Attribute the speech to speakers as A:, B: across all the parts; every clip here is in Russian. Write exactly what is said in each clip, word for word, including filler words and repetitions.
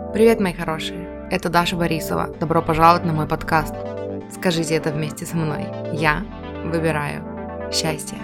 A: Привет, мои хорошие! Это Даша Борисова. Добро пожаловать на мой подкаст. Скажите это вместе со мной. Я выбираю счастье.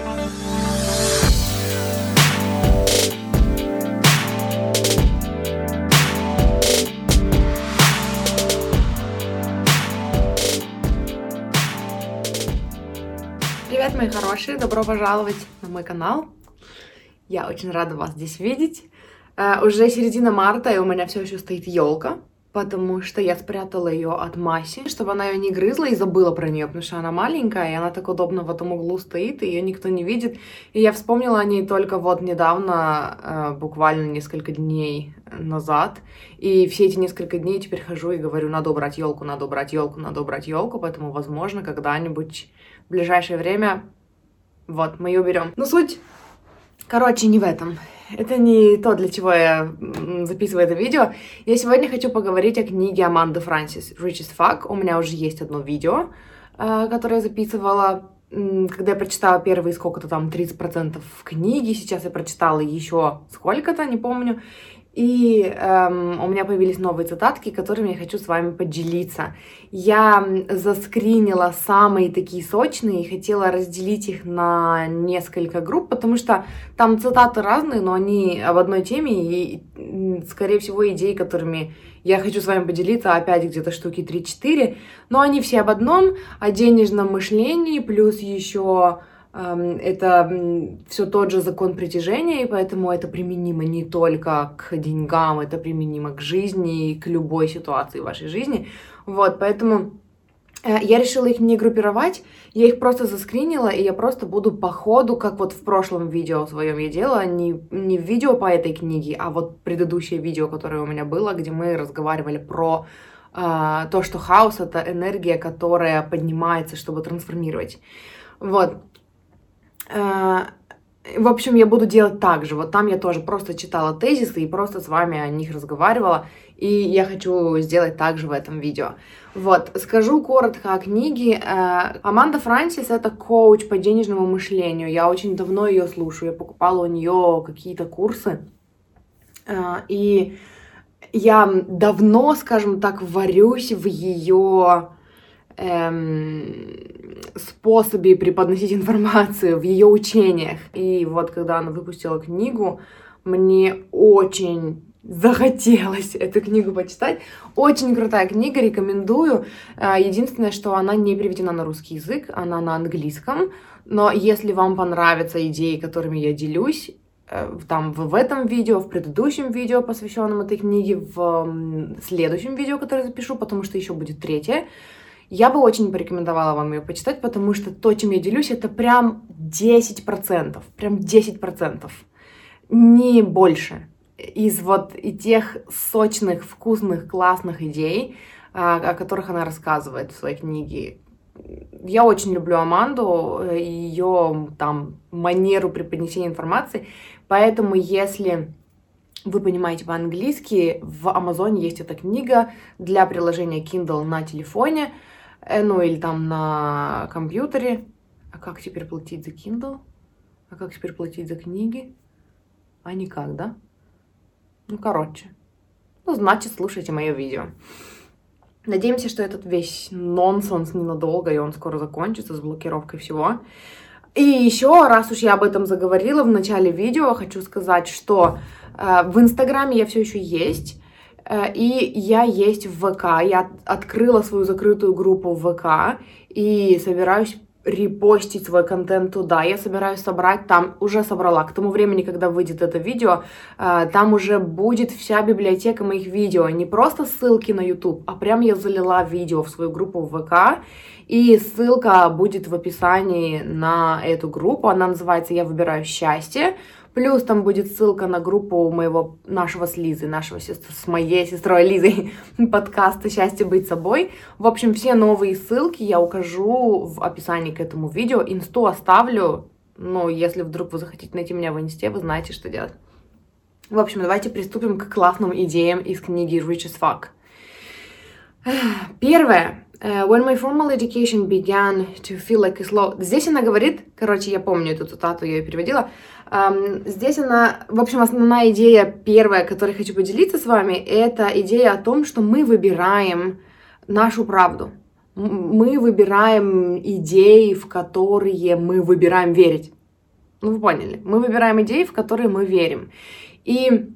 A: Привет, мои хорошие! Добро пожаловать на мой канал. Я очень рада вас здесь видеть. Uh, уже середина марта, и у меня все еще стоит елка, потому что я спрятала ее от Маси, чтобы она ее не грызла и забыла про нее, потому что она маленькая, и она так удобно в этом углу стоит, и ее никто не видит. И я вспомнила о ней только вот недавно, uh, буквально несколько дней назад. И все эти несколько дней теперь хожу и говорю: надо убрать елку, надо убрать елку, надо убрать елку, поэтому, возможно, когда-нибудь в ближайшее время вот мы ее уберем. Но суть, короче, не в этом. Это не то, для чего я записываю это видео. Я сегодня хочу поговорить о книге Аманды Франсис «Rich as Fuck». У меня уже есть одно видео, которое я записывала, когда я прочитала первые сколько-то там тридцать процентов книги. Сейчас я прочитала еще сколько-то, не помню. И эм, у меня появились новые цитатки, которыми я хочу с вами поделиться. Я заскринила самые такие сочные и хотела разделить их на несколько групп, потому что там цитаты разные, но они об одной теме, и, скорее всего, идеи, которыми я хочу с вами поделиться, опять где-то штуки три-четыре, но они все об одном, о денежном мышлении, плюс еще... Это все тот же закон притяжения, и поэтому это применимо не только к деньгам, это применимо к жизни и к любой ситуации в вашей жизни. Вот, поэтому я решила их не группировать, я их просто заскринила, и я просто буду по ходу, как вот в прошлом видео своем я делала, не, не видео по этой книге, а вот предыдущее видео, которое у меня было, где мы разговаривали про э, то, что хаос — это энергия, которая поднимается, чтобы трансформировать. Вот. В общем, я буду делать так же. Вот там я тоже просто читала тезисы и просто с вами о них разговаривала. И я хочу сделать так же в этом видео. Вот, скажу коротко о книге. Аманда Франсис — это коуч по денежному мышлению. Я очень давно ее слушаю. Я покупала у нее какие-то курсы. И я давно, скажем так, варюсь в ее... Эм, способе преподносить информацию, в ее учениях. И вот когда она выпустила книгу, мне очень захотелось эту книгу почитать. Очень крутая книга, рекомендую. Единственное, что она не переведена на русский язык, она на английском. Но если вам понравятся идеи, которыми я делюсь, там в этом видео, в предыдущем видео, посвященном этой книге, в следующем видео, которое запишу, потому что еще будет третье, я бы очень порекомендовала вам ее почитать, потому что то, чем я делюсь, это прям десять процентов, прям десять процентов, не больше, из вот и тех сочных, вкусных, классных идей, о которых она рассказывает в своей книге. Я очень люблю Аманду, ее там манеру преподнесения информации, поэтому если вы понимаете по-английски, в Амазоне есть эта книга для приложения Kindle на телефоне, ну или там на компьютере. А как теперь платить за Kindle? А как теперь платить за книги? А никак, да? Ну, короче. Ну, значит, слушайте мое видео. Надеемся, что этот весь нонсенс ненадолго, и он скоро закончится с блокировкой всего. И еще, раз уж я об этом заговорила в начале видео, хочу сказать, что э, в Инстаграме я все еще есть, э, и я есть в ВК. Я открыла свою закрытую группу в ВК и собираюсь репостить свой контент туда. Я собираюсь собрать там, уже собрала, к тому времени, когда выйдет это видео, э, там уже будет вся библиотека моих видео. Не просто ссылки на YouTube, а прям я залила видео в свою группу в ВК. И ссылка будет в описании на эту группу. Она называется «Я выбираю счастье». Плюс там будет ссылка на группу моего, нашего с Лизой, нашего сестр, с моей сестрой Лизой, подкаста «Счастье быть собой». В общем, все новые ссылки я укажу в описании к этому видео. Инсту оставлю. Ну, если вдруг вы захотите найти меня в инсте, вы знаете, что делать. В общем, давайте приступим к классным идеям из книги «Rich as Fuck». Первое, Uh, when my formal education began to feel like a slow... Здесь она говорит, короче, я помню эту цитату, я ее переводила. Um, здесь она, в общем, основная идея первая, которой хочу поделиться с вами, это идея о том, что мы выбираем нашу правду. Мы выбираем идеи, в которые мы выбираем верить. Ну, вы поняли. Мы выбираем идеи, в которые мы верим. И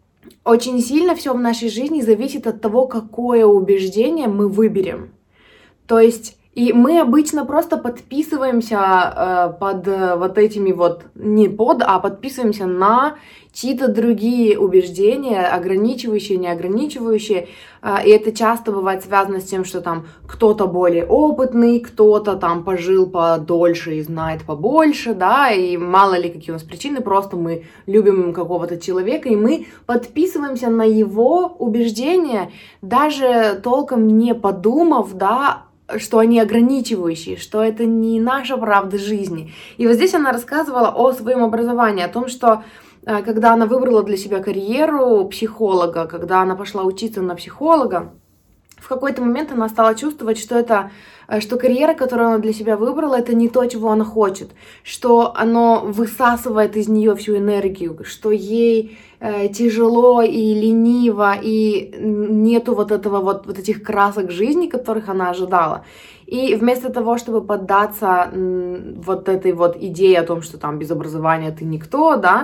A: очень сильно все в нашей жизни зависит от того, какое убеждение мы выберем. То есть, и мы обычно просто подписываемся э, под э, вот этими вот, не под, а подписываемся на чьи-то другие убеждения, ограничивающие, неограничивающие. Э, и это часто бывает связано с тем, что там кто-то более опытный, кто-то там пожил подольше и знает побольше, да, и мало ли какие у нас причины, просто мы любим какого-то человека, и мы подписываемся на его убеждения, даже толком не подумав, да, что они ограничивающие, что это не наша правда жизни. И вот здесь она рассказывала о своем образовании, о том, что когда она выбрала для себя карьеру психолога, когда она пошла учиться на психолога, в какой-то момент она стала чувствовать, что это, что карьера, которую она для себя выбрала, это не то, чего она хочет, что оно высасывает из нее всю энергию, что ей э, тяжело и лениво, и нету вот этого вот, вот этих красок жизни, которых она ожидала. И вместо того, чтобы поддаться м, вот этой вот идее о том, что там без образования ты никто, да,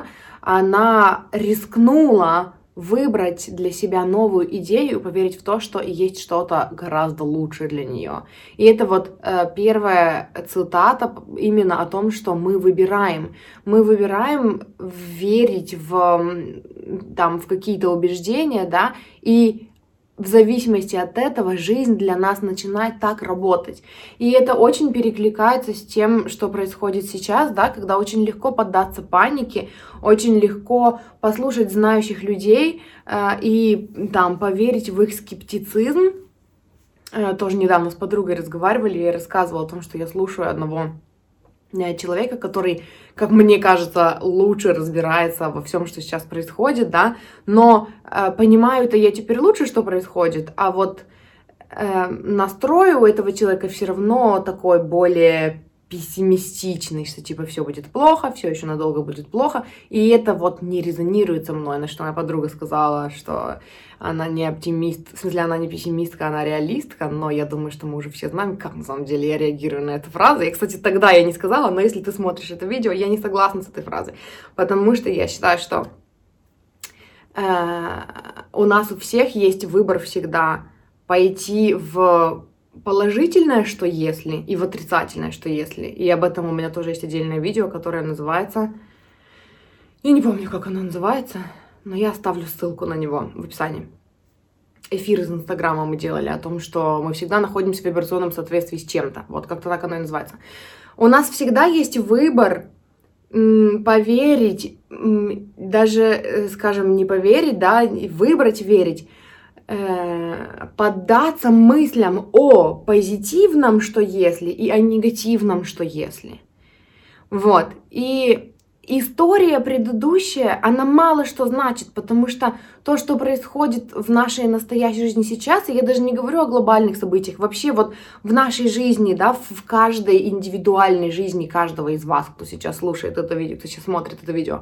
A: она рискнула выбрать для себя новую идею и поверить в то, что есть что-то гораздо лучше для нее. И это вот э, первая цитата именно о том, что мы выбираем. Мы выбираем верить в, там, в какие-то убеждения, да, и в зависимости от этого жизнь для нас начинает так работать. И это очень перекликается с тем, что происходит сейчас, да, когда очень легко поддаться панике, очень легко послушать знающих людей э, и там поверить в их скептицизм. Э, тоже недавно с подругой разговаривали, я рассказывала о том, что я слушаю одного человека, который, как мне кажется, лучше разбирается во всем, что сейчас происходит, да, но э, понимаю-то я теперь лучше, что происходит, а вот э, настрой у этого человека все равно такой более пессимистичный, что типа все будет плохо, все еще надолго будет плохо, и это вот не резонирует со мной, на что моя подруга сказала, что она не оптимист, в смысле, она не пессимистка, она реалистка, но я думаю, что мы уже все знаем, как на самом деле я реагирую на эту фразу. И, кстати, тогда я не сказала, но если ты смотришь это видео, я не согласна с этой фразой, потому что я считаю, что э, у нас у всех есть выбор всегда пойти в положительное, что если, и в отрицательное, что если. И об этом у меня тоже есть отдельное видео, которое называется... Я не помню, как оно называется, но я оставлю ссылку на него в описании. Эфир из Инстаграма мы делали о том, что мы всегда находимся в вибрационном соответствии с чем-то. Вот как-то так оно и называется. У нас всегда есть выбор м, поверить, м, даже, скажем, не поверить, да, выбрать верить, поддаться мыслям о позитивном, что если, и о негативном, что если. Вот. И история предыдущая, она мало что значит, потому что то, что происходит в нашей настоящей жизни сейчас, и я даже не говорю о глобальных событиях, вообще вот в нашей жизни, да, в каждой индивидуальной жизни каждого из вас, кто сейчас слушает это видео, кто сейчас смотрит это видео,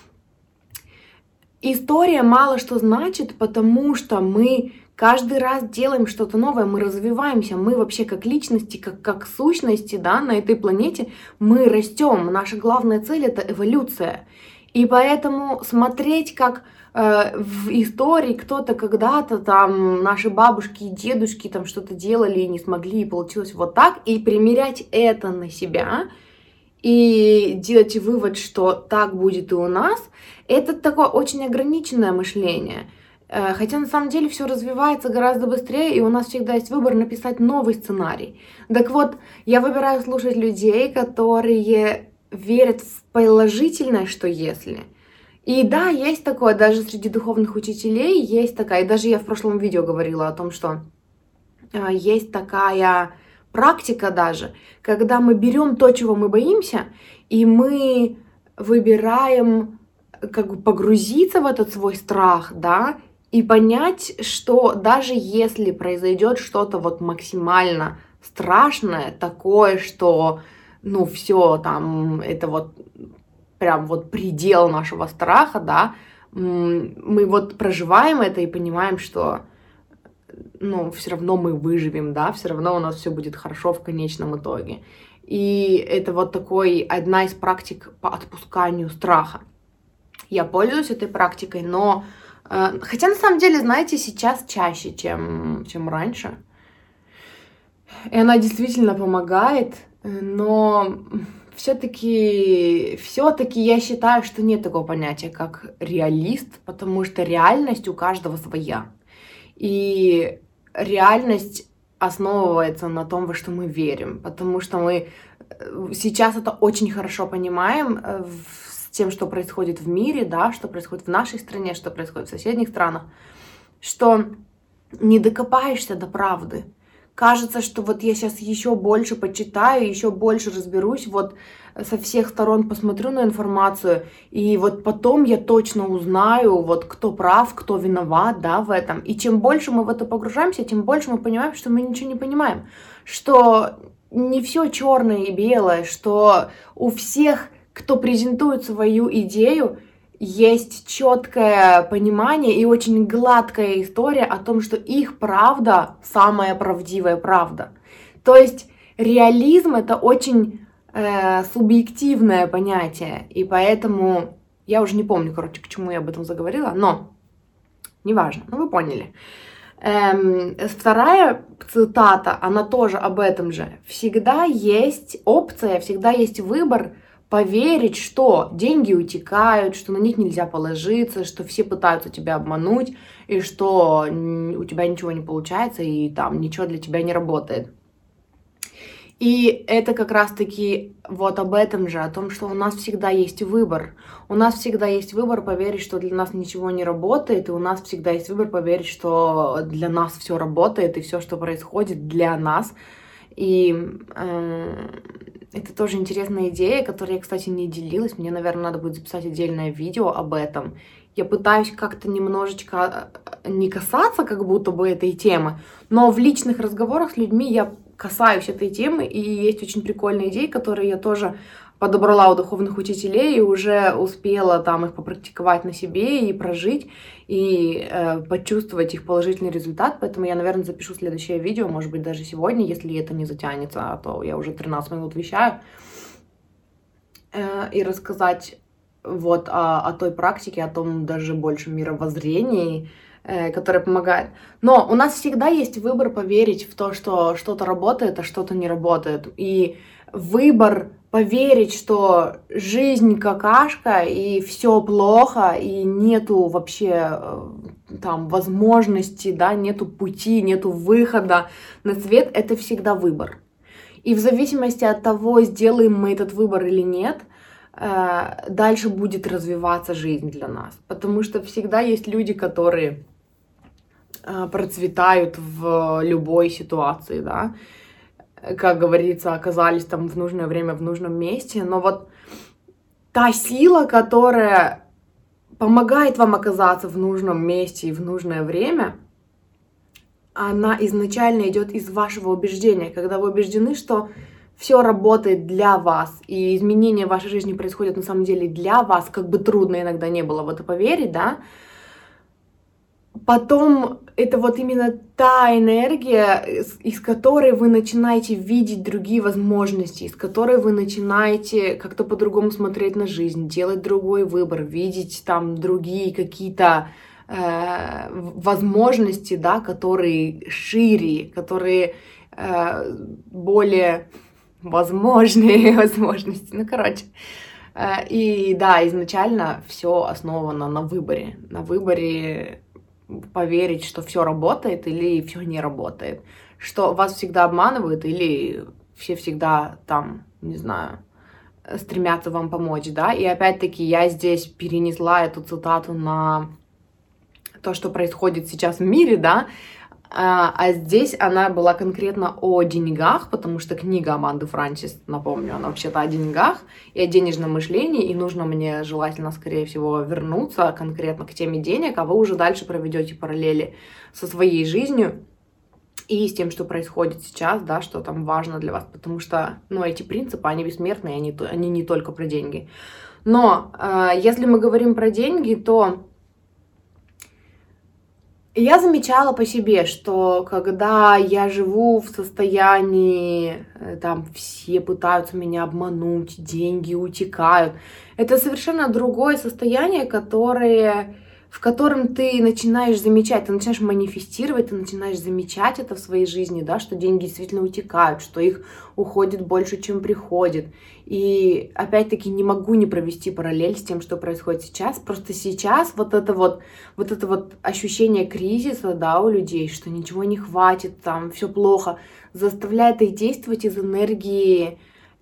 A: история мало что значит, потому что мы каждый раз делаем что-то новое, мы развиваемся, мы вообще как личности, как, как сущности, да, на этой планете, мы растем. Наша главная цель — это эволюция. И поэтому смотреть, как э, в истории кто-то когда-то, там, наши бабушки и дедушки там что-то делали и не смогли, и получилось вот так, и примерять это на себя, и делать вывод, что так будет и у нас, это такое очень ограниченное мышление. Хотя на самом деле все развивается гораздо быстрее, и у нас всегда есть выбор написать новый сценарий. Так вот, я выбираю слушать людей, которые верят в положительное, что если. И да, есть такое, даже среди духовных учителей есть такая, и даже я в прошлом видео говорила о том, что есть такая практика даже, когда мы берем то, чего мы боимся, и мы выбираем как бы погрузиться в этот свой страх, да, И понять, что даже если произойдет что-то вот максимально страшное, такое, что, ну, все там, это вот прям вот предел нашего страха, да, мы вот проживаем это и понимаем, что, ну, все равно мы выживем, да, все равно у нас все будет хорошо в конечном итоге. И это вот такой, одна из практик по отпусканию страха. Я пользуюсь этой практикой, но... Э, хотя, на самом деле, знаете, сейчас чаще, чем, чем раньше. И она действительно помогает, но все-таки, все-таки я считаю, что нет такого понятия, как реалист, потому что реальность у каждого своя. И реальность основывается на том, во что мы верим, потому что мы сейчас это очень хорошо понимаем с тем, что происходит в мире, да, что происходит в нашей стране, что происходит в соседних странах, что не докопаешься до правды. Кажется, что вот я сейчас еще больше почитаю, еще больше разберусь, вот со всех сторон посмотрю на информацию, и вот потом я точно узнаю, вот кто прав, кто виноват, да, в этом. И чем больше мы в это погружаемся, тем больше мы понимаем, что мы ничего не понимаем, что не все черное и белое, что у всех, кто презентует свою идею, есть четкое понимание и очень гладкая история о том, что их правда самая правдивая правда. То есть реализм — это очень э, субъективное понятие, и поэтому я уже не помню, короче, к чему я об этом заговорила, но неважно, ну вы поняли. Эм, вторая цитата, она тоже об этом же. Всегда есть опция, всегда есть выбор поверить, что деньги утекают, что на них нельзя положиться, что все пытаются тебя обмануть, и что у тебя ничего не получается, и там ничего для тебя не работает. И это как раз-таки вот об этом же, о том, что у нас всегда есть выбор. У нас всегда есть выбор поверить, что для нас ничего не работает, и у нас всегда есть выбор поверить, что для нас все работает, и все, что происходит, для нас. И э, это тоже интересная идея, которой я, кстати, не делилась. Мне, наверное, надо будет записать отдельное видео об этом. Я пытаюсь как-то немножечко не касаться как будто бы этой темы, но в личных разговорах с людьми я касаюсь этой темы, и есть очень прикольные идеи, которые я тоже подобрала у духовных учителей и уже успела там их попрактиковать на себе и прожить, и э, почувствовать их положительный результат. Поэтому я, наверное, запишу следующее видео, может быть, даже сегодня, если это не затянется, а то я уже тринадцать минут вещаю, э, и рассказать вот о, о той практике, о том даже больше мировоззрении, э, которое помогает. Но у нас всегда есть выбор поверить в то, что что-то работает, а что-то не работает. И выбор поверить, что жизнь какашка, и все плохо, и нету вообще там возможности, да, нету пути, нету выхода на свет, это всегда выбор. И в зависимости от того, сделаем мы этот выбор или нет, дальше будет развиваться жизнь для нас. Потому что всегда есть люди, которые процветают в любой ситуации, да, как говорится, оказались там в нужное время, в нужном месте. Но вот та сила, которая помогает вам оказаться в нужном месте и в нужное время, она изначально идет из вашего убеждения, когда вы убеждены, что все работает для вас, и изменения в вашей жизни происходят на самом деле для вас, как бы трудно иногда не было в это поверить, да. Потом это вот именно та энергия, из которой вы начинаете видеть другие возможности, из которой вы начинаете как-то по-другому смотреть на жизнь, делать другой выбор, видеть там другие какие-то э, возможности, да, которые шире, которые э, более возможные возможности. Ну, короче. Э, и да, изначально все основано на выборе, на выборе поверить, что все работает или все не работает, что вас всегда обманывают или все всегда там, не знаю, стремятся вам помочь, да, и опять-таки я здесь перенесла эту цитату на то, что происходит сейчас в мире, да, А, а здесь она была конкретно о деньгах, потому что книга Аманды Франсис, напомню, она вообще-то о деньгах и о денежном мышлении, и нужно мне желательно, скорее всего, вернуться конкретно к теме денег, а вы уже дальше проведете параллели со своей жизнью и с тем, что происходит сейчас, да, что там важно для вас, потому что, ну, эти принципы, они бессмертные, они, они не только про деньги. Но э, если мы говорим про деньги, то я замечала по себе, что когда я живу в состоянии, там, все пытаются меня обмануть, деньги утекают, это совершенно другое состояние, которое, в котором ты начинаешь замечать, ты начинаешь манифестировать, ты начинаешь замечать это в своей жизни, да, что деньги действительно утекают, что их уходит больше, чем приходит. И опять-таки не могу не провести параллель с тем, что происходит сейчас. Просто сейчас вот это вот, вот это вот ощущение кризиса, да, у людей, что ничего не хватит, там все плохо, заставляет их действовать из энергии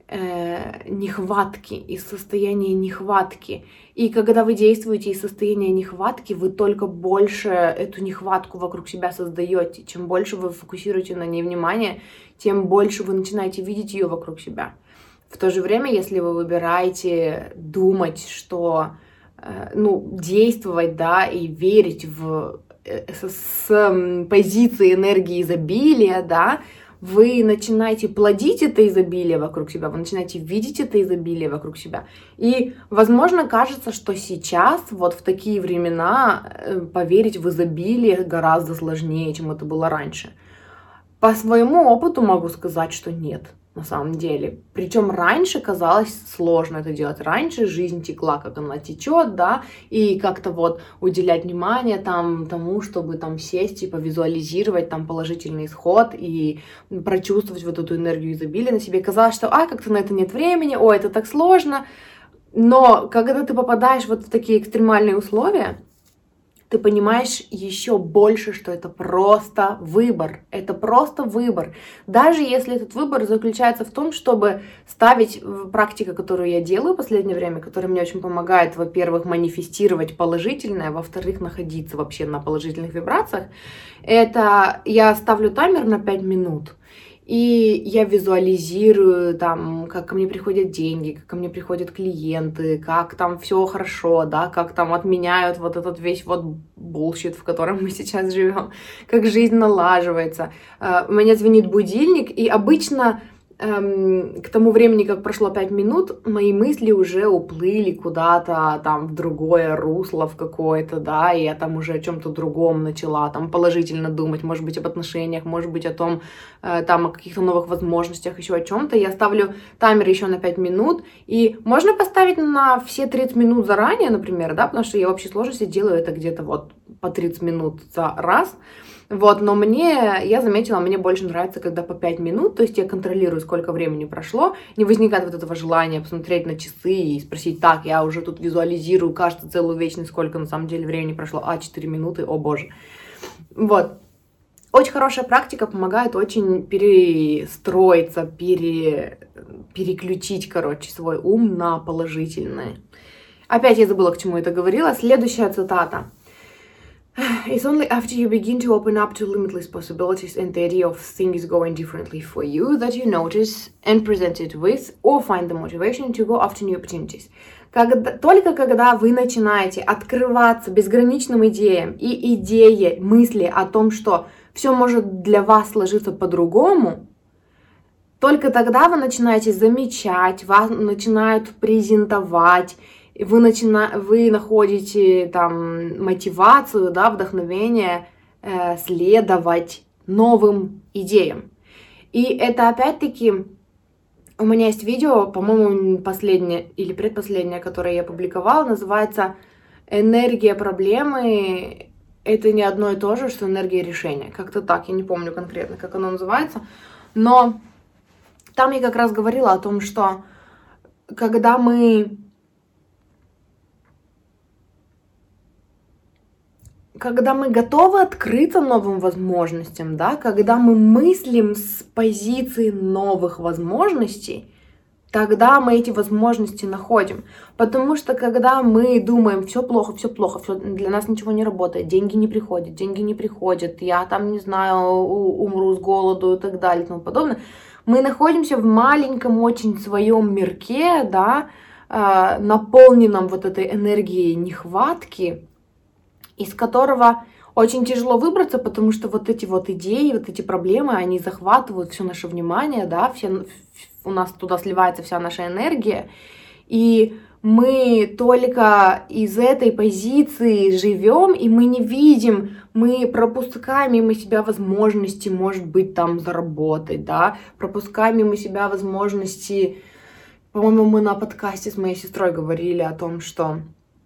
A: э, нехватки, из состояния нехватки. И когда вы действуете из состояния нехватки, вы только больше эту нехватку вокруг себя создаете. Чем больше вы фокусируете на ней внимание, тем больше вы начинаете видеть ее вокруг себя. В то же время, если вы выбираете думать, что, ну, действовать, да, и верить в, с, с позиции энергии изобилия, да, вы начинаете плодить это изобилие вокруг себя, вы начинаете видеть это изобилие вокруг себя. И, возможно, кажется, что сейчас, вот в такие времена, поверить в изобилие гораздо сложнее, чем это было раньше. По своему опыту могу сказать, что нет. На самом деле. Причем раньше казалось сложно это делать. Раньше жизнь текла, как она течет, да, и как-то вот уделять внимание там тому, чтобы там сесть и повизуализировать там положительный исход и прочувствовать вот эту энергию изобилия на себе. Казалось, что а, как-то на это нет времени, ой, это так сложно. Но когда ты попадаешь вот в такие экстремальные условия, ты понимаешь еще больше, что это просто выбор. Это просто выбор. Даже если этот выбор заключается в том, чтобы ставить практика, которую я делаю в последнее время, которая мне очень помогает, во-первых, манифестировать положительное, во-вторых, находиться вообще на положительных вибрациях, это я ставлю таймер на пять минут. И я визуализирую, там, как ко мне приходят деньги, как ко мне приходят клиенты, как там все хорошо, да, как там отменяют вот этот весь вот bullshit, в котором мы сейчас живем, как жизнь налаживается. У меня звенит будильник, и обычно эм, к тому времени, как прошло пять минут, мои мысли уже уплыли куда-то там в другое русло, в какое-то, да, и я там уже о чем-то другом начала, там положительно думать, может быть, об отношениях, может быть, о том, э, там, о каких-то новых возможностях, еще о чем-то. Я ставлю таймер еще на пять минут, и можно поставить на все тридцать минут заранее, например, да, потому что я в общей сложности делаю это где-то вот по тридцать минут за раз. Вот, но мне, я заметила, мне больше нравится, когда по пять минут, то есть я контролирую, сколько времени прошло, не возникает вот этого желания посмотреть на часы и спросить, так, я уже тут визуализирую, кажется, целую вечность, сколько на самом деле времени прошло, а, четыре минуты, о боже. Вот. Очень хорошая практика, помогает очень перестроиться, пере, переключить, короче, свой ум на положительное. Опять я забыла, к чему это говорила. Следующая цитата. It's only after you begin to open up to limitless possibilities and the idea of things going differently for you that you notice and present it with or find the motivation to go after new opportunities. Когда, только когда вы начинаете открываться безграничным идеям и идее, мысли о том, что все может для вас сложиться по-другому, только тогда вы начинаете замечать, вас начинают презентовать, Вы, начина... вы находите там мотивацию, да, вдохновение э, следовать новым идеям. И это опять-таки, у меня есть видео, по-моему, последнее или предпоследнее, которое я публиковала, называется «Энергия проблемы – это не одно и то же, что энергия решения». Как-то так, я не помню конкретно, как оно называется, но там я как раз говорила о том, что когда мы Когда мы готовы открыться новым возможностям, да, когда мы мыслим с позиции новых возможностей, тогда мы эти возможности находим. Потому что когда мы думаем, все плохо, все плохо, все для нас ничего не работает, деньги не приходят, деньги не приходят, я там, не знаю, умру с голоду и так далее и тому подобное, мы находимся в маленьком очень своем мирке, да, наполненном вот этой энергией нехватки, из которого очень тяжело выбраться, потому что вот эти вот идеи, вот эти проблемы, они захватывают все наше внимание, да, все, у нас туда сливается вся наша энергия, и мы только из этой позиции живем, и мы не видим, мы пропускаем мимо себя возможности, может быть, там заработать, да, пропускаем мимо себя возможности. По-моему, мы на подкасте с моей сестрой говорили о том, что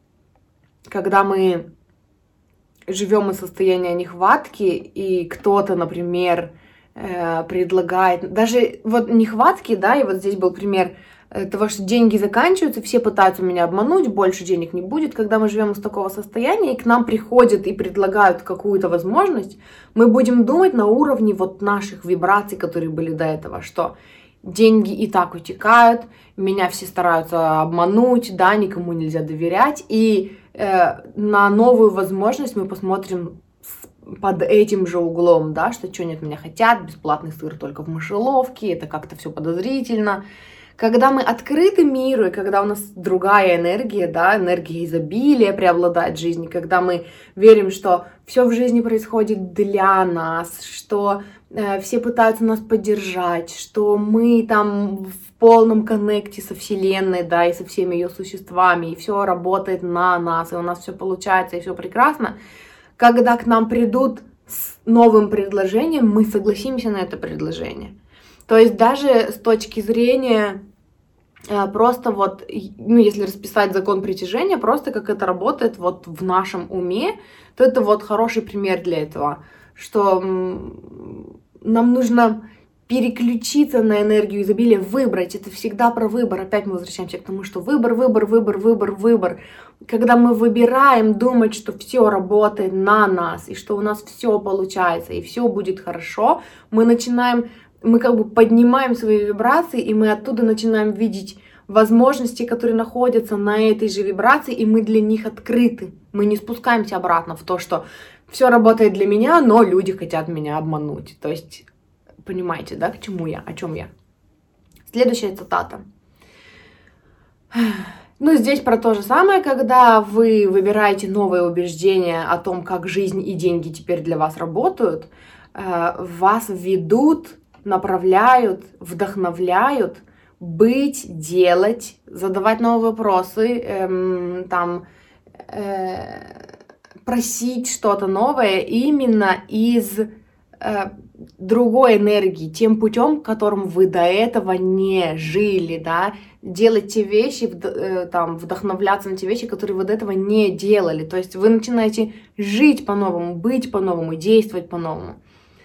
A: когда мы живем из состояния нехватки, и кто-то, например, предлагает, даже вот нехватки, да, и вот здесь был пример того, что деньги заканчиваются, все пытаются меня обмануть, больше денег не будет. Когда мы живем из такого состояния, и к нам приходят и предлагают какую-то возможность, мы будем думать на уровне вот наших вибраций, которые были до этого, что деньги и так утекают, меня все стараются обмануть, да, никому нельзя доверять, и э, на новую возможность мы посмотрим под этим же углом, да, что что они от меня хотят, бесплатный сыр только в мышеловке, это как-то все подозрительно. Когда мы открыты миру, и когда у нас другая энергия, да, энергия изобилия преобладает в жизни, когда мы верим, что все в жизни происходит для нас, что э, все пытаются нас поддержать, что мы там в полном коннекте со Вселенной, да, и со всеми ее существами, и все работает на нас, и у нас все получается, и все прекрасно. Когда к нам придут с новым предложением, мы согласимся на это предложение. То есть даже с точки зрения э, просто вот, ну, если расписать закон притяжения, просто как это работает вот в нашем уме, то это вот хороший пример для этого, что м, нам нужно переключиться на энергию изобилия, выбрать. Это всегда про выбор. Опять мы возвращаемся к тому, что выбор, выбор, выбор, выбор, выбор. Когда мы выбираем думать, что все работает на нас, и что у нас все получается, и все будет хорошо, мы начинаем, мы как бы поднимаем свои вибрации, и мы оттуда начинаем видеть возможности, которые находятся на этой же вибрации, и мы для них открыты. Мы не спускаемся обратно в то, что все работает для меня, но люди хотят меня обмануть. То есть понимаете, да, к чему я, о чем я? Следующая цитата. Ну, здесь про то же самое, когда вы выбираете новые убеждения о том, как жизнь и деньги теперь для вас работают, вас ведут, направляют, вдохновляют быть, делать, задавать новые вопросы, эм, там, э, просить что-то новое именно из э, другой энергии, тем путем, которым вы до этого не жили, да, делать те вещи, э, там, вдохновляться на те вещи, которые вы до этого не делали. То есть вы начинаете жить по-новому, быть по-новому, действовать по-новому.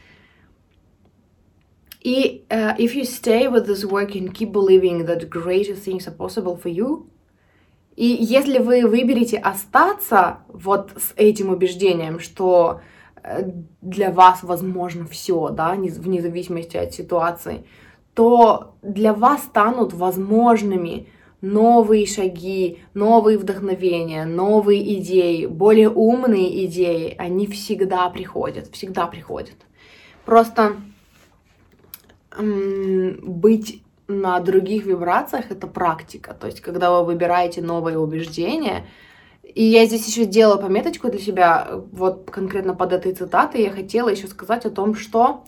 A: И uh, if you stay with this work and keep believing that greater things are possible for you, и если вы выберете остаться вот с этим убеждением, что для вас возможно все, да, вне зависимости от ситуации, то для вас станут возможными новые шаги, новые вдохновения, новые идеи, более умные идеи, они всегда приходят, всегда приходят. Просто быть на других вибрациях — это практика. То есть, когда вы выбираете новые убеждения, и я здесь еще сделала пометочку для себя, вот конкретно под этой цитатой я хотела еще сказать о том, что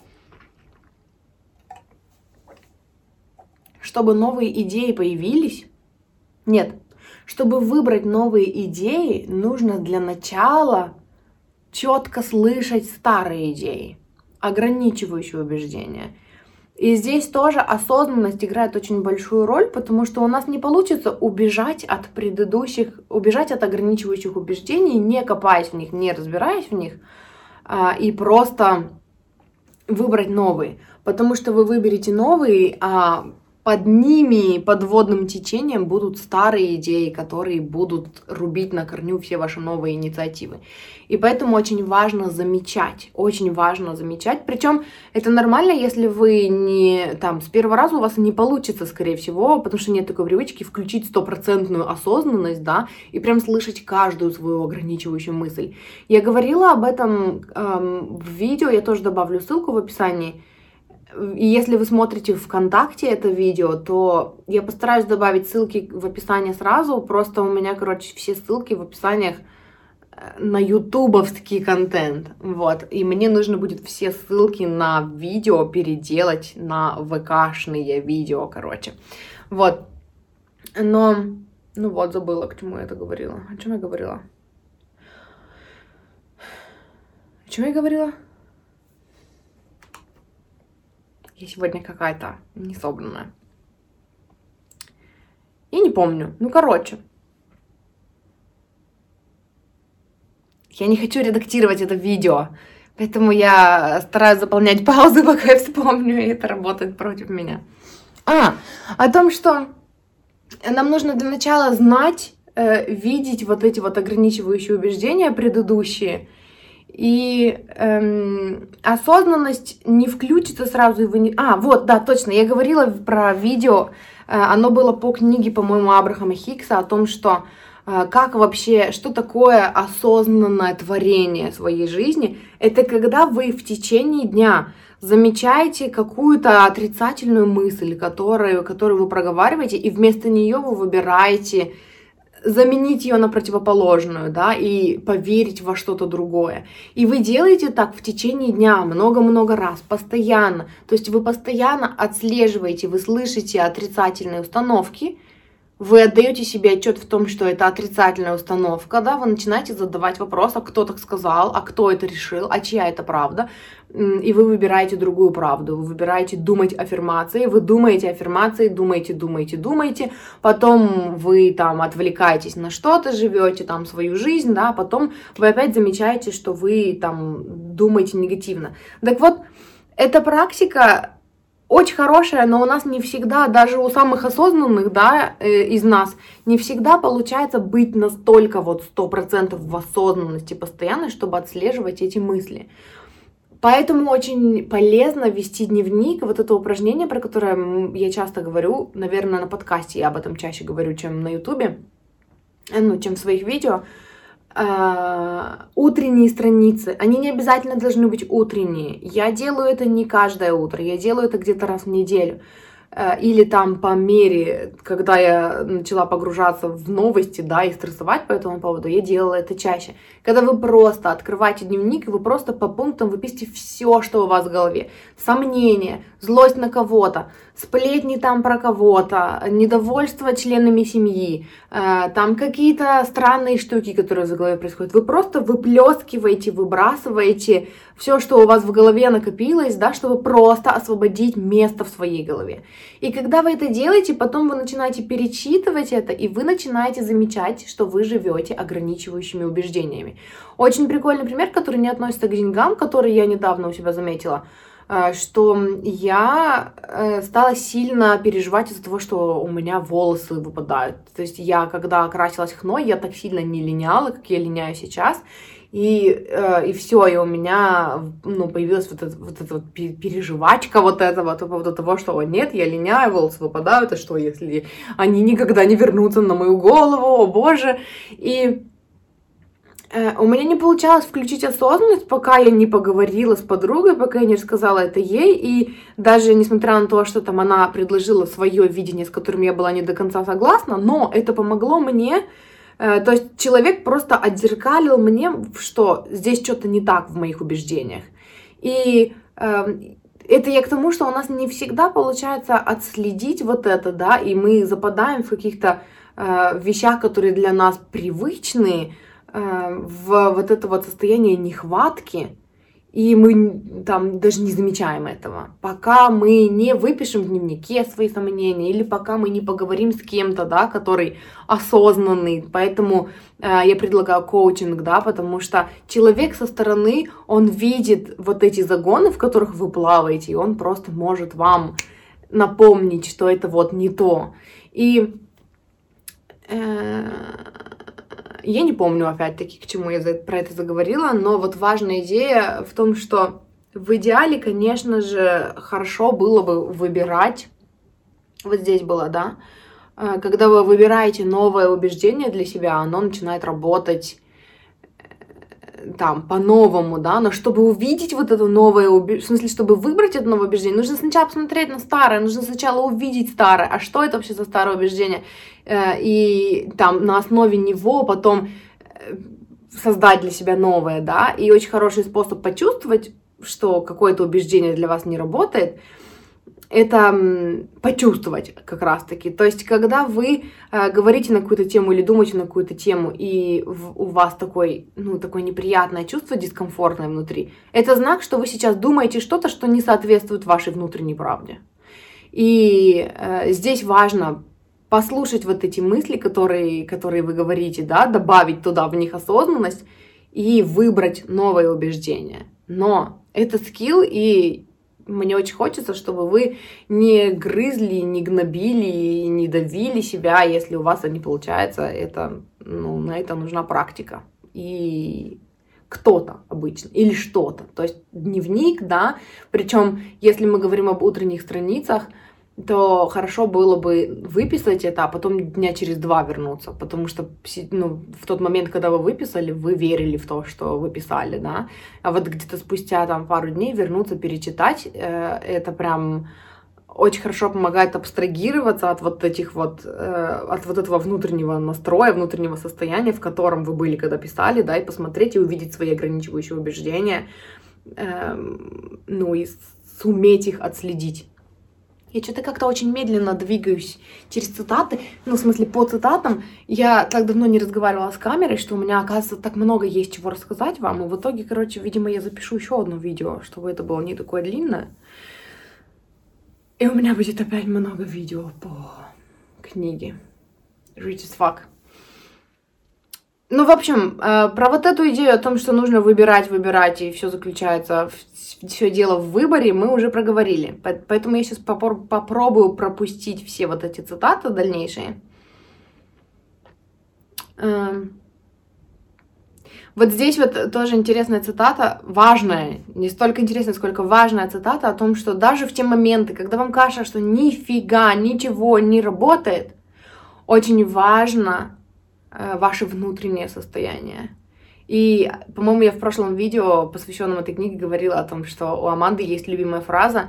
A: чтобы новые идеи появились, нет, чтобы выбрать новые идеи, нужно для начала четко слышать старые идеи, ограничивающие убеждения. И здесь тоже осознанность играет очень большую роль, потому что у нас не получится убежать от предыдущих, убежать от ограничивающих убеждений, не копаясь в них, не разбираясь в них, и просто выбрать новые. Потому что вы выберете новые, а под ними, подводным течением будут старые идеи, которые будут рубить на корню все ваши новые инициативы. И поэтому очень важно замечать, очень важно замечать. Причем это нормально, если вы не там с первого раза у вас не получится, скорее всего, потому что нет такой привычки включить стопроцентную осознанность, да, и прям слышать каждую свою ограничивающую мысль. Я говорила об этом эм, в видео, я тоже добавлю ссылку в описании. И если вы смотрите ВКонтакте это видео, то я постараюсь добавить ссылки в описании сразу. Просто у меня, короче, все ссылки в описаниях на ютубовский контент. Вот. И мне нужно будет все ссылки на видео переделать на ВКшные видео, короче. Вот. Но, ну вот, забыла, к чему я это говорила. О чем я говорила? О чем я говорила? Я сегодня какая-то несобранная. Я не помню. Ну, короче. Я не хочу редактировать это видео, поэтому я стараюсь заполнять паузы, пока я вспомню, и это работает против меня. А, о том, что нам нужно для начала знать, э, видеть вот эти вот ограничивающие убеждения предыдущие, и эм, осознанность не включится сразу, и вы не... А, вот, да, точно, я говорила про видео, э, оно было по книге, по-моему, Абрахама Хикса, о том, что э, как вообще, что такое осознанное творение своей жизни. Это когда вы в течение дня замечаете какую-то отрицательную мысль, которую, которую вы проговариваете, и вместо нее вы выбираете заменить ее на противоположную, да, и поверить во что-то другое. И вы делаете так в течение дня много-много раз, постоянно. То есть вы постоянно отслеживаете, вы слышите отрицательные установки, вы отдаете себе отчет в том, что это отрицательная установка, да, вы начинаете задавать вопрос, а кто так сказал, а кто это решил, а чья это правда, и вы выбираете другую правду, вы выбираете думать аффирмации, вы думаете аффирмации, думаете, думаете, думаете, потом вы там отвлекаетесь на что-то, живете там свою жизнь, да, потом вы опять замечаете, что вы там думаете негативно. Так вот, эта практика очень хорошая, но у нас не всегда, даже у самых осознанных, да, э, из нас, не всегда получается быть настолько вот сто процентов в осознанности постоянной, чтобы отслеживать эти мысли. Поэтому очень полезно вести дневник, вот это упражнение, про которое я часто говорю, наверное, на подкасте я об этом чаще говорю, чем на ютубе, ну, чем в своих видео. Утренние страницы, они не обязательно должны быть утренние. Я делаю это не каждое утро, я делаю это где-то раз в неделю. Или там по мере, когда я начала погружаться в новости, да, и стрессовать по этому поводу, я делала это чаще. Когда вы просто открываете дневник, и вы просто по пунктам выписите все, что у вас в голове. Сомнения, злость на кого-то, сплетни там про кого-то, недовольство членами семьи, э, там какие-то странные штуки, которые в голове происходят. Вы просто выплескиваете, выбрасываете все, что у вас в голове накопилось, да, чтобы просто освободить место в своей голове. И когда вы это делаете, потом вы начинаете перечитывать это, и вы начинаете замечать, что вы живете ограничивающими убеждениями. Очень прикольный пример, который не относится к деньгам, который я недавно у себя заметила, что я стала сильно переживать из-за того, что у меня волосы выпадают. То есть я, когда красилась хной, я так сильно не линяла, как я линяю сейчас. И, и все, и у меня, ну, появилась вот эта вот, эта вот переживачка вот этого, по поводу того, что нет, я линяю, волосы выпадают, а что, если они никогда не вернутся на мою голову, о боже. И э, у меня не получалось включить осознанность, пока я не поговорила с подругой, пока я не рассказала это ей, и даже несмотря на то, что там она предложила свое видение, с которым я была не до конца согласна, но это помогло мне. То есть человек просто отзеркалил мне, что здесь что-то не так в моих убеждениях. И э, это я к тому, что у нас не всегда получается отследить вот это, да, и мы западаем в каких-то э, вещах, которые для нас привычны, э, в вот это вот состояние нехватки, и мы там даже не замечаем этого, пока мы не выпишем в дневнике свои сомнения, или пока мы не поговорим с кем-то, да, который осознанный. Поэтому э, я предлагаю коучинг, да, потому что человек со стороны, он видит вот эти загоны, в которых вы плаваете, и он просто может вам напомнить, что это вот не то. И э, я не помню, опять-таки, к чему я про это заговорила, но вот важная идея в том, что в идеале, конечно же, хорошо было бы выбирать, вот здесь было, да, когда вы выбираете новое убеждение для себя, оно начинает работать там по-новому, да, но чтобы увидеть вот это новое убеждение, в смысле, чтобы выбрать это новое убеждение, нужно сначала посмотреть на старое, нужно сначала увидеть старое, а что это вообще за старое убеждение, и там на основе него потом создать для себя новое, да, и очень хороший способ почувствовать, что какое-то убеждение для вас не работает, это почувствовать как раз-таки. То есть, когда вы э, говорите на какую-то тему или думаете на какую-то тему, и в, у вас такой, ну, такое неприятное чувство, дискомфортное внутри, это знак, что вы сейчас думаете что-то, что не соответствует вашей внутренней правде. И э, здесь важно послушать вот эти мысли, которые, которые вы говорите, да, добавить туда в них осознанность и выбрать новое убеждение. Но это скилл, и мне очень хочется, чтобы вы не грызли, не гнобили, не давили себя, если у вас это не получается. Это, ну, на это нужна практика. И кто-то обычно, или что-то. То есть дневник, да. Причем, если мы говорим об утренних страницах, то хорошо было бы выписать это, а потом дня через два вернуться, потому что, ну, в тот момент, когда вы выписали, вы верили в то, что вы писали, да, а вот где-то спустя там пару дней вернуться, перечитать, э, это прям очень хорошо помогает абстрагироваться от вот этих вот, э, от вот этого внутреннего настроя, внутреннего состояния, в котором вы были, когда писали, да, и посмотреть и увидеть свои ограничивающие убеждения, э, ну, и суметь их отследить. Я что-то как-то очень медленно двигаюсь через цитаты, ну, в смысле, по цитатам. Я так давно не разговаривала с камерой, что у меня, оказывается, так много есть чего рассказать вам. И в итоге, короче, видимо, я запишу еще одно видео, чтобы это было не такое длинное. И у меня будет опять много видео по книге. Rich as fuck. Ну, в общем, про вот эту идею о том, что нужно выбирать, выбирать, и все заключается, все дело в выборе, мы уже проговорили. Поэтому я сейчас попор- попробую пропустить все вот эти цитаты дальнейшие. Вот здесь вот тоже интересная цитата, важная, не столько интересная, сколько важная цитата о том, что даже в те моменты, когда вам кажется, что нифига, ничего не работает, очень важно ваше внутреннее состояние. И, по-моему, я в прошлом видео, посвященном этой книге, говорила о том, что у Аманды есть любимая фраза: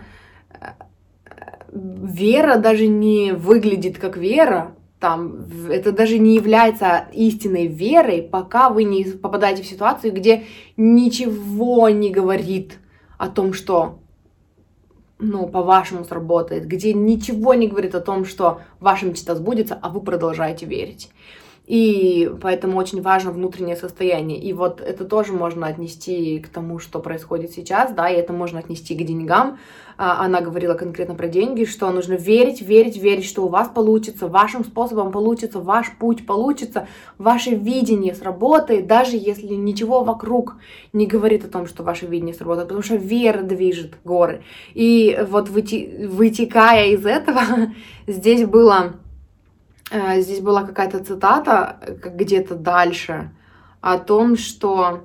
A: «Вера даже не выглядит как вера, там, это даже не является истинной верой, пока вы не попадаете в ситуацию, где ничего не говорит о том, что, ну, по-вашему сработает, где ничего не говорит о том, что ваша мечта сбудется, а вы продолжаете верить». И поэтому очень важно внутреннее состояние. И вот это тоже можно отнести к тому, что происходит сейчас, да, и это можно отнести к деньгам. Она говорила конкретно про деньги, что нужно верить, верить, верить, что у вас получится, вашим способом получится, ваш путь получится, ваше видение сработает, даже если ничего вокруг не говорит о том, что ваше видение сработает, потому что вера движет горы. И вот вытекая из этого, здесь было... Здесь была какая-то цитата где-то дальше о том, что...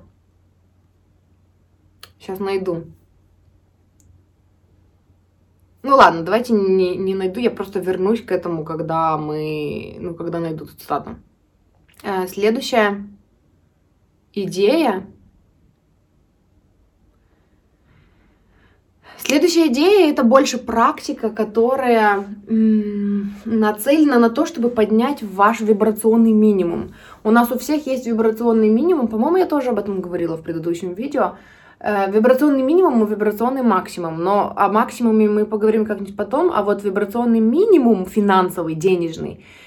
A: Сейчас найду. Ну ладно, давайте не, не найду, я просто вернусь к этому, когда мы... Ну, когда найду эту цитату. Следующая идея... Следующая идея — это больше практика, которая м- нацелена на то, чтобы поднять ваш вибрационный минимум. У нас у всех есть вибрационный минимум, по-моему, я тоже об этом говорила в предыдущем видео. Э, вибрационный минимум и вибрационный максимум, но о максимуме мы поговорим как-нибудь потом, а вот вибрационный минимум финансовый, денежный,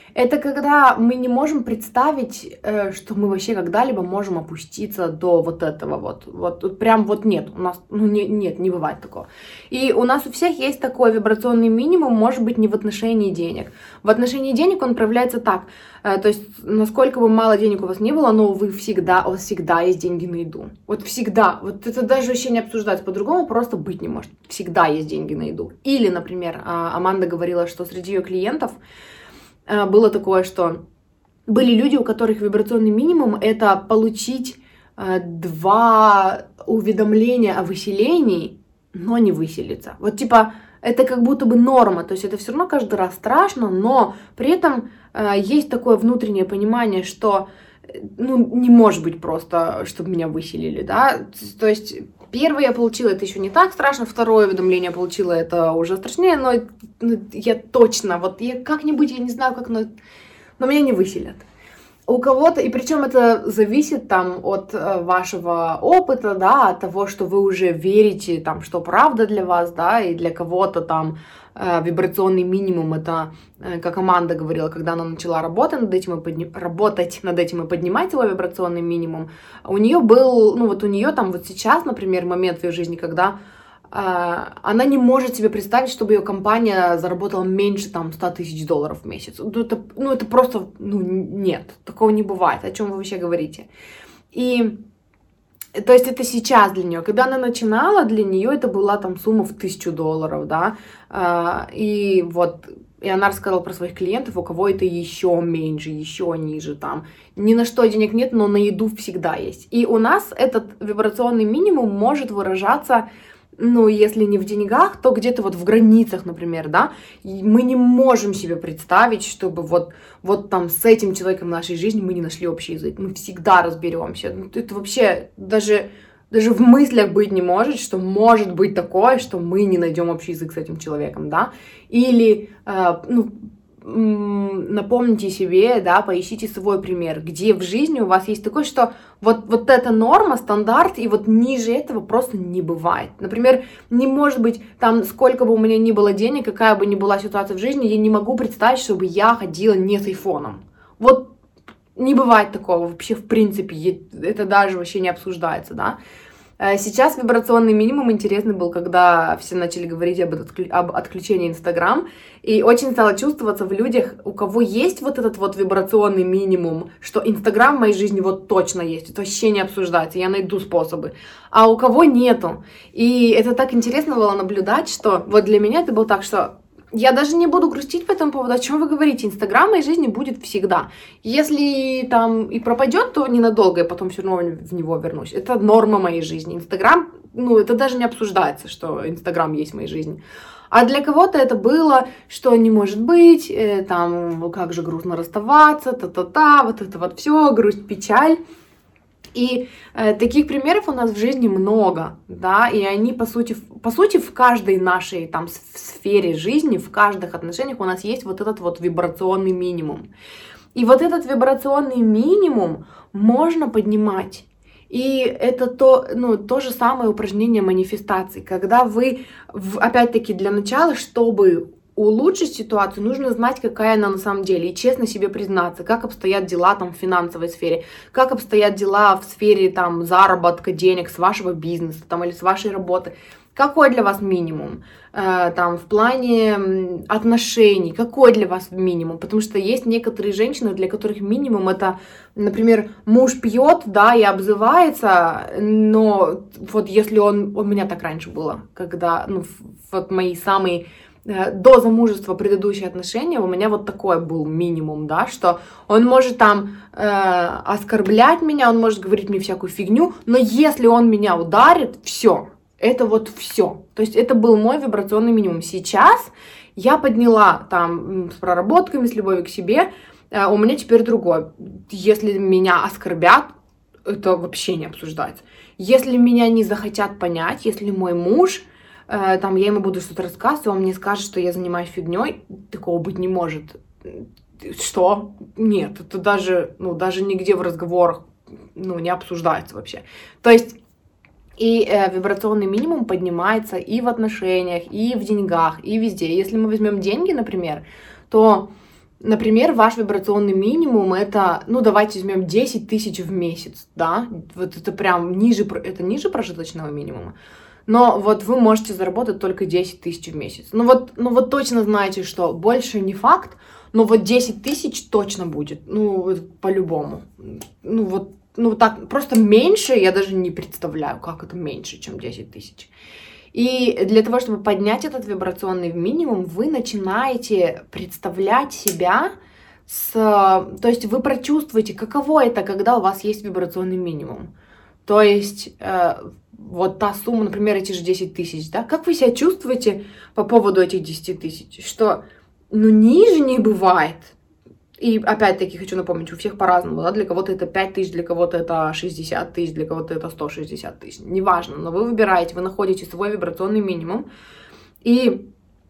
A: Это когда мы не можем представить, что мы вообще когда-либо можем опуститься до вот этого вот. Вот прям вот нет, у нас, ну не, нет, не бывает такого. И у нас у всех есть такой вибрационный минимум, может быть, не в отношении денег. В отношении денег он проявляется так. То есть, насколько бы мало денег у вас не было, но вы всегда, у вас всегда есть деньги на еду. Вот всегда. Вот это даже вообще не обсуждается по-другому, просто быть не может. Всегда есть деньги на еду. Или, например, Аманда говорила, что среди ее клиентов было такое, что были люди, у которых вибрационный минимум — это получить э, два уведомления о выселении, но не выселиться. Вот типа это как будто бы норма, то есть это все равно каждый раз страшно, но при этом э, есть такое внутреннее понимание, что ну, не может быть просто, чтобы меня выселили, да, то есть первое я получила, это еще не так страшно, второе уведомление получила, это уже страшнее, но ну, я точно, вот я как-нибудь, я не знаю как, но, но меня не выселят. У кого-то, и причем это зависит там от э, вашего опыта, да, от того, что вы уже верите, там, что правда для вас, да, и для кого-то там э, вибрационный минимум, это, э, как Аманда говорила, когда она начала работать над этим и подни... работать над этим и поднимать свой вибрационный минимум, у нее был, ну вот у нее там вот сейчас, например, момент в ее жизни, когда она не может себе представить, чтобы ее компания заработала меньше там сто тысяч долларов в месяц. Ну это, ну, это просто, ну, нет, такого не бывает. О чем вы вообще говорите? И, то есть, это сейчас для нее. Когда она начинала, для нее это была там сумма в тысячу долларов, да, и вот, и она рассказала про своих клиентов, у кого это еще меньше, еще ниже, там, ни на что денег нет, но на еду всегда есть. И у нас этот вибрационный минимум может выражаться, ну, если не в деньгах, то где-то вот в границах, например, да, и мы не можем себе представить, чтобы вот, вот там с этим человеком в нашей жизни мы не нашли общий язык, мы всегда разберемся, ну, это вообще даже, даже в мыслях быть не может, что может быть такое, что мы не найдем общий язык с этим человеком, да, или, э, ну, напомните себе, да, поищите свой пример, где в жизни у вас есть такое, что вот, вот эта норма, стандарт, и вот ниже этого просто не бывает. Например, не может быть, там, сколько бы у меня ни было денег, какая бы ни была ситуация в жизни, я не могу представить, чтобы я ходила не с айфоном. Вот не бывает такого вообще, в принципе, это даже вообще не обсуждается, да. Сейчас вибрационный минимум интересный был, когда все начали говорить об, отклю... об отключении Инстаграм, и очень стало чувствоваться в людях, у кого есть вот этот вот вибрационный минимум, что Инстаграм в моей жизни вот точно есть, это вообще не обсуждается, я найду способы, а у кого нету. И это так интересно было наблюдать, что вот для меня это было так, что я даже не буду грустить по этому поводу, о чем вы говорите. Инстаграм в моей жизни будет всегда. Если там и пропадет, то ненадолго, я потом все равно в него вернусь. Это норма моей жизни. Инстаграм, ну, это даже не обсуждается, что Инстаграм есть в моей жизни. А для кого-то это было, что не может быть, э, там, как же грустно расставаться, та-та-та, вот это вот все, грусть, печаль. И э, таких примеров у нас в жизни много, да, и они, по сути, в, по сути, в каждой нашей там сфере жизни, в каждых отношениях у нас есть вот этот вот вибрационный минимум. И вот этот вибрационный минимум можно поднимать. И это то, ну, то же самое упражнение манифестации, когда вы, в, опять-таки, для начала, чтобы улучшить ситуацию, нужно знать, какая она на самом деле, и честно себе признаться, как обстоят дела там в финансовой сфере, как обстоят дела в сфере там заработка денег с вашего бизнеса там или с вашей работы. Какой для вас минимум? Э, там, в плане отношений, какой для вас минимум? Потому что есть некоторые женщины, для которых минимум это, например, муж пьет, да, и обзывается, но вот если он, у меня так раньше было, когда, ну, вот мои самые до замужества предыдущие отношения, у меня вот такой был минимум, да, что он может там э, оскорблять меня, он может говорить мне всякую фигню, но если он меня ударит, все, это вот все. То есть это был мой вибрационный минимум. Сейчас я подняла там с проработками, с любовью к себе, э, у меня теперь другой. Если меня оскорбят, это вообще не обсуждается. Если меня не захотят понять, если мой муж, там я ему буду что-то рассказывать, он мне скажет, что я занимаюсь фигней, такого быть не может. Что? Нет, это даже, ну, даже нигде в разговорах, ну, не обсуждается вообще. То есть и э, вибрационный минимум поднимается и в отношениях, и в деньгах, и везде. Если мы возьмем деньги, например, то Например, ваш вибрационный минимум это, ну, давайте возьмем десять тысяч в месяц, да, вот это прям ниже, это ниже прожиточного минимума, но вот вы можете заработать только десять тысяч в месяц. Ну вот, ну вот точно знаете, что больше не факт, но вот десять тысяч точно будет, ну, вот по-любому. Ну вот, ну так, просто меньше я даже не представляю, как это меньше, чем десять тысяч. И для того, чтобы поднять этот вибрационный минимум, вы начинаете представлять себя с... То есть вы прочувствуете, каково это, когда у вас есть вибрационный минимум. То есть э, вот та сумма, например, эти же десять тысяч, да? Как вы себя чувствуете по поводу этих десяти тысяч? Что, ну, ниже не бывает. И опять-таки хочу напомнить, у всех по-разному, да, для кого-то это пять тысяч, для кого-то это шестьдесят тысяч, для кого-то это сто шестьдесят тысяч, неважно, но вы выбираете, вы находите свой вибрационный минимум, и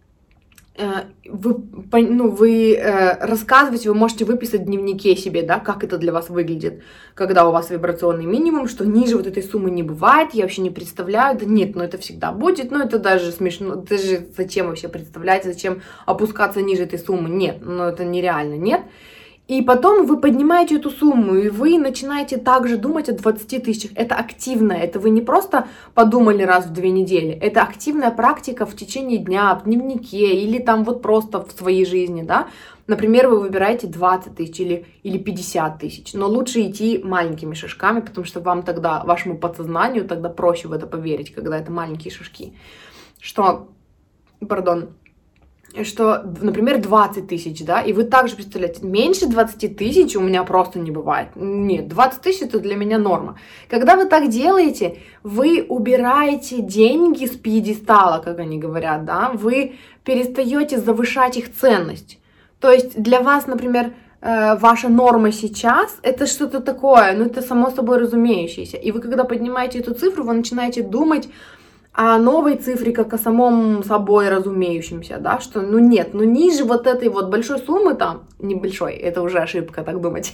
A: э, вы, ну, вы э, рассказываете, вы можете выписать в дневнике себе, да, как это для вас выглядит, когда у вас вибрационный минимум, что ниже вот этой суммы не бывает, я вообще не представляю, да нет, ну это всегда будет, ну это даже смешно, даже зачем вообще представлять, зачем опускаться ниже этой суммы, нет, ну это нереально, нет. И потом вы поднимаете эту сумму, и вы начинаете также думать о двадцати тысячах. Это активно, это вы не просто подумали раз в две недели, это активная практика в течение дня, в дневнике или там вот просто в своей жизни, да. Например, вы выбираете двадцать тысяч или, или пятьдесят тысяч, но лучше идти маленькими шажками, потому что вам тогда, вашему подсознанию тогда проще в это поверить, когда это маленькие шажки. Что, пардон, что, например, двадцать тысяч, да, и вы также представляете, меньше двадцати тысяч у меня просто не бывает. Нет, двадцать тысяч это для меня норма. Когда вы так делаете, вы убираете деньги с пьедестала, как они говорят, да, вы перестаете завышать их ценность. То есть для вас, например, ваша норма сейчас, это что-то такое, ну это само собой разумеющееся. И вы, когда поднимаете эту цифру, вы начинаете думать о новой цифре, как о самом собой разумеющемся, да, что, ну нет, ну ниже вот этой вот большой суммы там, небольшой, это уже ошибка так думать,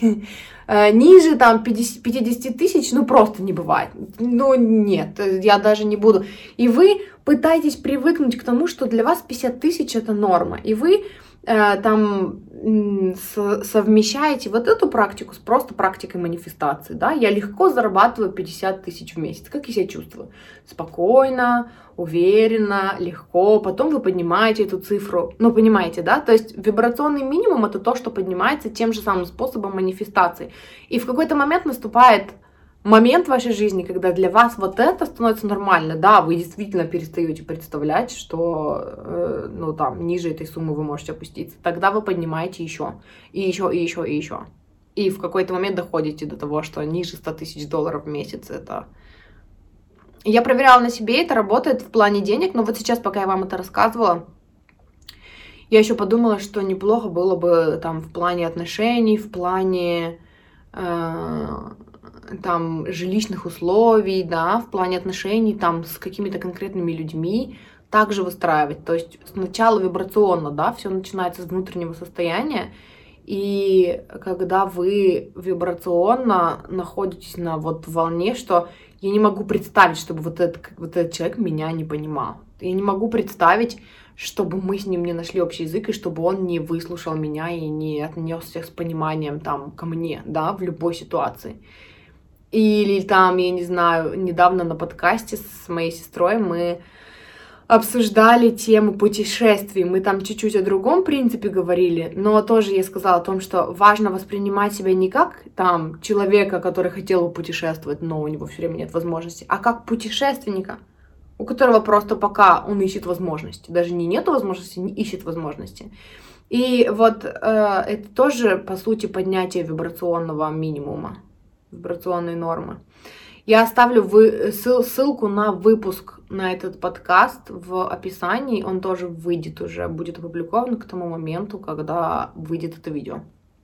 A: ниже там пятьдесят тысяч, ну просто не бывает, ну нет, я даже не буду. И вы пытаетесь привыкнуть к тому, что для вас пятьдесят тысяч это норма, и вы там совмещаете вот эту практику с просто практикой манифестации, да, я легко зарабатываю пятьдесят тысяч в месяц, как я себя чувствую? Спокойно, уверенно, легко, потом вы поднимаете эту цифру, ну, понимаете, да, то есть вибрационный минимум это то, что поднимается тем же самым способом манифестации, и в какой-то момент наступает момент в вашей жизни, когда для вас вот это становится нормально, да, вы действительно перестаете представлять, что, э, ну, там, ниже этой суммы вы можете опуститься, тогда вы поднимаете еще, и еще, и еще, и еще. И в какой-то момент доходите до того, что ниже ста тысяч долларов в месяц это... Я проверяла на себе, это работает в плане денег, но вот сейчас, пока я вам это рассказывала, я еще подумала, что неплохо было бы там в плане отношений, в плане... Э, там, жилищных условий, да, в плане отношений, там, с какими-то конкретными людьми, также выстраивать. То есть сначала вибрационно, да, все начинается с внутреннего состояния, и когда вы вибрационно находитесь на вот волне, что я не могу представить, чтобы вот этот, вот этот человек меня не понимал. Я не могу представить, чтобы мы с ним не нашли общий язык, и чтобы он не выслушал меня и не отнесся с пониманием там ко мне, да, в любой ситуации. Или там, я не знаю, недавно на подкасте с моей сестрой мы обсуждали тему путешествий. Мы там чуть-чуть о другом принципе говорили, но тоже я сказала о том, что важно воспринимать себя не как там человека, который хотел бы путешествовать, но у него все время нет возможности, а как путешественника, у которого просто пока он ищет возможности. Даже не нету возможности, не ищет возможности. И вот э, это тоже, по сути, поднятие вибрационного минимума, вибрационной нормы. Я оставлю вы, ссылку на выпуск на этот подкаст в описании. Он тоже выйдет уже, будет опубликован к тому моменту, когда выйдет это видео.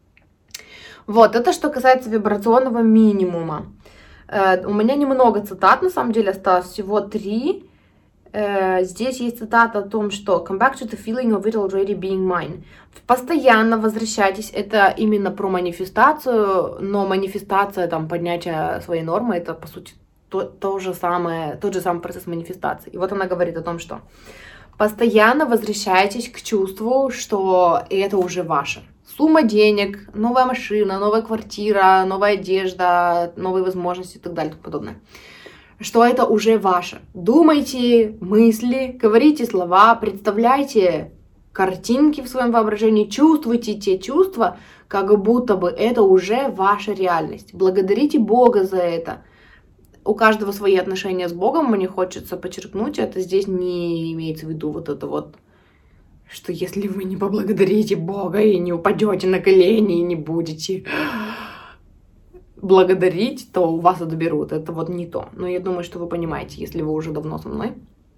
A: Вот, это что касается вибрационного минимума. Э, у меня немного цитат, на самом деле, осталось всего три. Э, здесь есть цитата о том, что «Come back to the feeling of it already being mine». Постоянно возвращайтесь, это именно про манифестацию, но манифестация, там, поднятие своей нормы, это, по сути, то, то же самое, тот же самый процесс манифестации. И вот она говорит о том, что постоянно возвращайтесь к чувству, что это уже ваше. сумма денег, новая машина, новая квартира, новая одежда, новые возможности и так далее и тому подобное. Что это уже ваше. Думайте мысли, говорите слова, представляйте картинки в своем воображении, чувствуйте те чувства, как будто бы это уже ваша реальность. Благодарите Бога за это. У каждого свои отношения с Богом, мне хочется подчеркнуть, это здесь не имеется в виду вот это вот, что если вы не поблагодарите Бога и не упадете на колени и не будете благодарить, то у вас отберут. Это вот не то. Но я думаю, что вы понимаете, если вы уже давно со мной.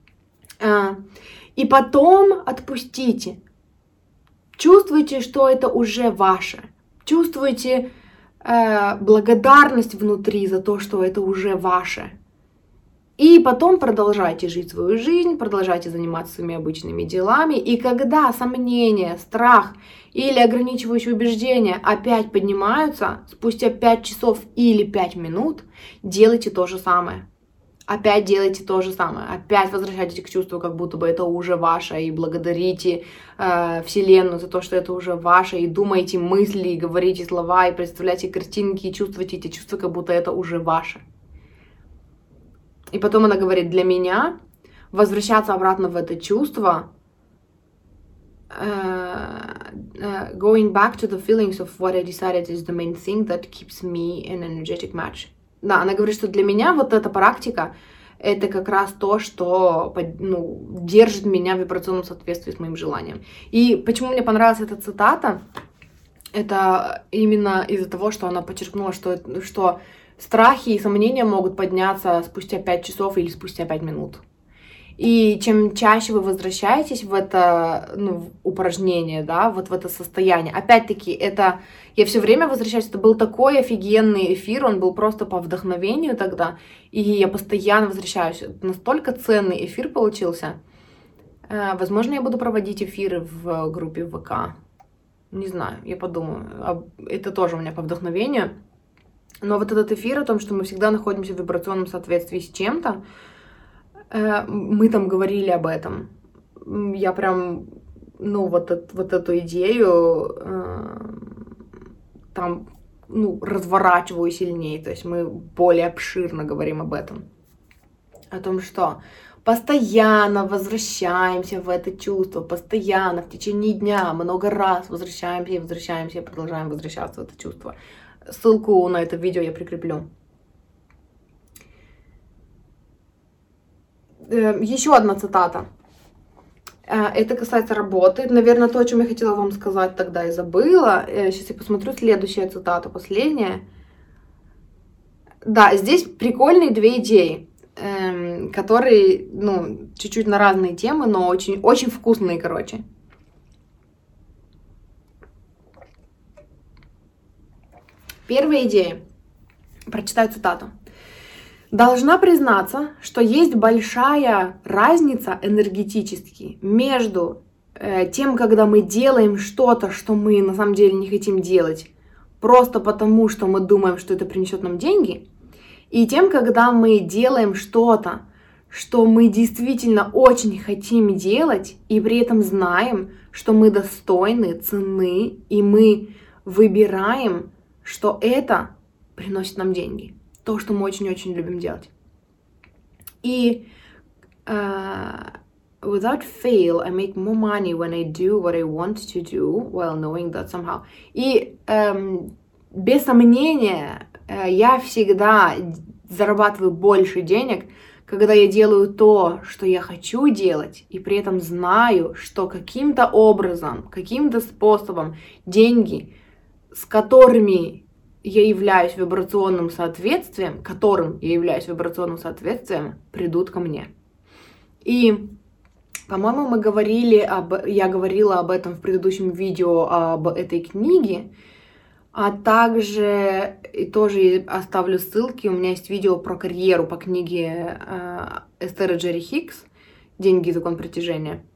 A: И потом отпустите. Чувствуйте, что это уже ваше. Чувствуйте э, благодарность внутри за то, что это уже ваше. И потом продолжайте жить свою жизнь, продолжайте заниматься своими обычными делами. И когда сомнения, страх или ограничивающие убеждения опять поднимаются, спустя пять часов или пять минут, делайте то же самое. Опять делайте то же самое. Опять возвращайтесь к чувству, как будто бы это уже ваше. И благодарите э, Вселенную за то, что это уже ваше. И думайте мысли, и говорите слова, и представляйте картинки, и чувствуйте эти чувства, как будто это уже ваше. И потом она говорит, для меня возвращаться обратно в это чувство, uh, uh, going back to the feelings of what I decided is the main thing that keeps me an energetic match. Да, она говорит, что для меня вот эта практика, это как раз то, что ну, держит меня в вибрационном соответствии с моим желанием. И почему мне понравилась эта цитата, это именно из-за того, что она подчеркнула, что, что страхи и сомнения могут подняться спустя пять часов или спустя пять минут. И чем чаще вы возвращаетесь в это ну, упражнение, да, вот в это состояние, опять-таки, это я все время возвращаюсь, это был такой офигенный эфир, он был просто по вдохновению тогда, и я постоянно возвращаюсь, настолько ценный эфир получился. Возможно, я буду проводить эфиры в группе ВК, не знаю, я подумаю, это тоже у меня по вдохновению, но вот этот эфир о том, что мы всегда находимся в вибрационном соответствии с чем-то, мы там говорили об этом. Я прям, ну, вот, вот эту идею э, там, ну, разворачиваю сильнее. То есть мы более обширно говорим об этом. О том, что постоянно возвращаемся в это чувство, постоянно в течение дня много раз возвращаемся и возвращаемся и продолжаем возвращаться в это чувство. Ссылку на это видео я прикреплю. Еще одна цитата. Это касается работы. Наверное, то, о чем я хотела вам сказать тогда и забыла. Сейчас я посмотрю следующая цитата, последняя. Да, здесь прикольные две идеи, которые, ну, чуть-чуть на разные темы, но очень, очень вкусные, короче. Первая идея. Прочитаю цитату. Должна признаться, что есть большая разница энергетически между э, тем, когда мы делаем что-то, что мы на самом деле не хотим делать, просто потому, что мы думаем, что это принесет нам деньги, и тем, когда мы делаем что-то, что мы действительно очень хотим делать, и при этом знаем, что мы достойны, ценны, и мы выбираем, что это приносит нам деньги. То, что мы очень-очень любим делать. И uh, without fail, I make more money when I do what I want to do, while knowing that somehow. И um, без сомнения, uh, я всегда зарабатываю больше денег, когда я делаю то, что я хочу делать, и при этом знаю, что каким-то образом, каким-то способом деньги, с которыми я являюсь вибрационным соответствием, которым я являюсь вибрационным соответствием, придут ко мне. И, по-моему, мы говорили об, я говорила об этом в предыдущем видео об этой книге, а также и тоже оставлю ссылки. У меня есть видео про карьеру по книге э, Эстер Джерри Хикс «Деньги и закон притяжения».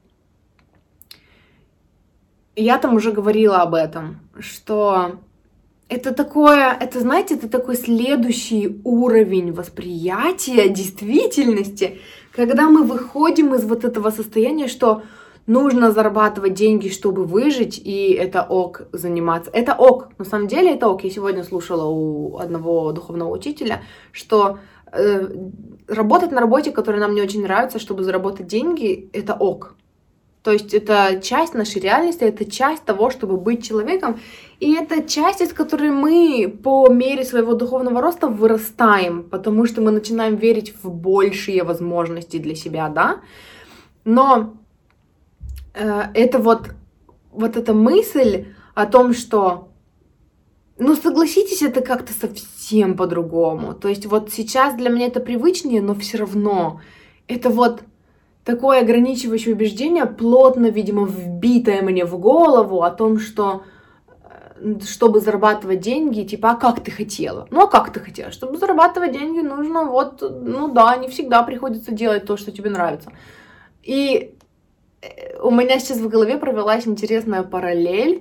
A: Я там уже говорила об этом, что это такое, это, знаете, это такой следующий уровень восприятия действительности, когда мы выходим из вот этого состояния, что нужно зарабатывать деньги, чтобы выжить, и это ок заниматься. Это ок, на самом деле это ок. Я сегодня слушала у одного духовного учителя, что э, работать на работе, которая нам не очень нравится, чтобы заработать деньги, это ок. То есть это часть нашей реальности, это часть того, чтобы быть человеком, и это часть, из которой мы по мере своего духовного роста вырастаем, потому что мы начинаем верить в большие возможности для себя, да. Но э, это вот, вот эта мысль о том, что, ну согласитесь, это как-то совсем по-другому. То есть вот сейчас для меня это привычнее, но все равно это вот такое ограничивающее убеждение, плотно, видимо, вбитое мне в голову о том, что чтобы зарабатывать деньги, типа, а как ты хотела? Ну, а как ты хотела? Чтобы зарабатывать деньги, нужно вот, ну да, не всегда приходится делать то, что тебе нравится. И у меня сейчас в голове провелась интересная параллель.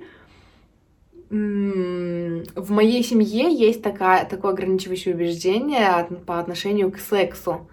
A: В моей семье есть такая, такое ограничивающее убеждение по отношению к сексу.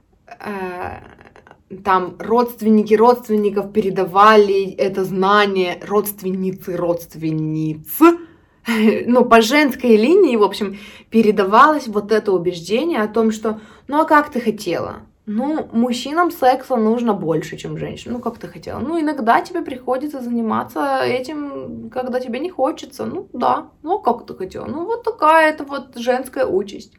A: Там родственники родственников передавали это знание, родственницы родственниц, ну, по женской линии, в общем, передавалось вот это убеждение о том, что, ну, а как ты хотела? Ну, мужчинам секса нужно больше, чем женщинам. Ну, как ты хотела? Ну, иногда тебе приходится заниматься этим, когда тебе не хочется. Ну, да. Ну, как ты хотела? Ну, вот такая это вот женская участь.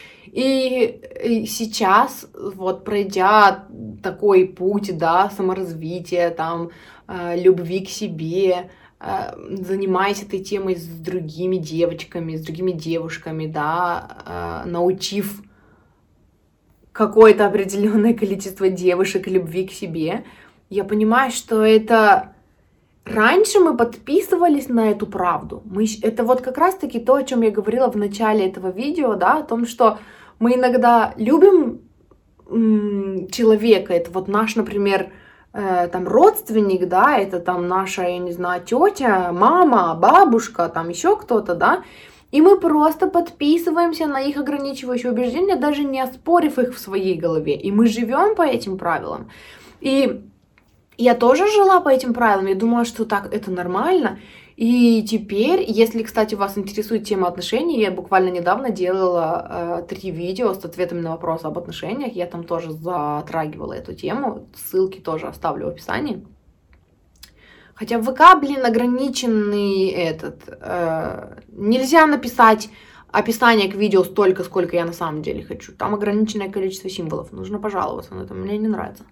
A: И сейчас, вот пройдя такой путь, да, саморазвития, там, э, любви к себе, э, занимаясь этой темой с другими девочками, с другими девушками, да, э, научив какое-то определенное количество девушек любви к себе, я понимаю, что это... Раньше мы подписывались на эту правду. Мы... Это вот как раз-таки то, о чем я говорила в начале этого видео, да, о том, что мы иногда любим м- человека. Это вот наш, например, э, там родственник, да, это там наша, я не знаю, тетя, мама, бабушка, там еще кто-то, да. И мы просто подписываемся на их ограничивающие убеждения, даже не оспорив их в своей голове. И мы живем по этим правилам. И я тоже жила по этим правилам, я думала, что так это нормально. И теперь, если, кстати, вас интересует тема отношений, я буквально недавно делала э, три видео с ответами на вопросы об отношениях, я там тоже затрагивала эту тему, ссылки тоже оставлю в описании. Хотя в ВК, блин, ограниченный этот, э, нельзя написать описание к видео столько, сколько я на самом деле хочу, там ограниченное количество символов, нужно пожаловаться на это, мне не нравится.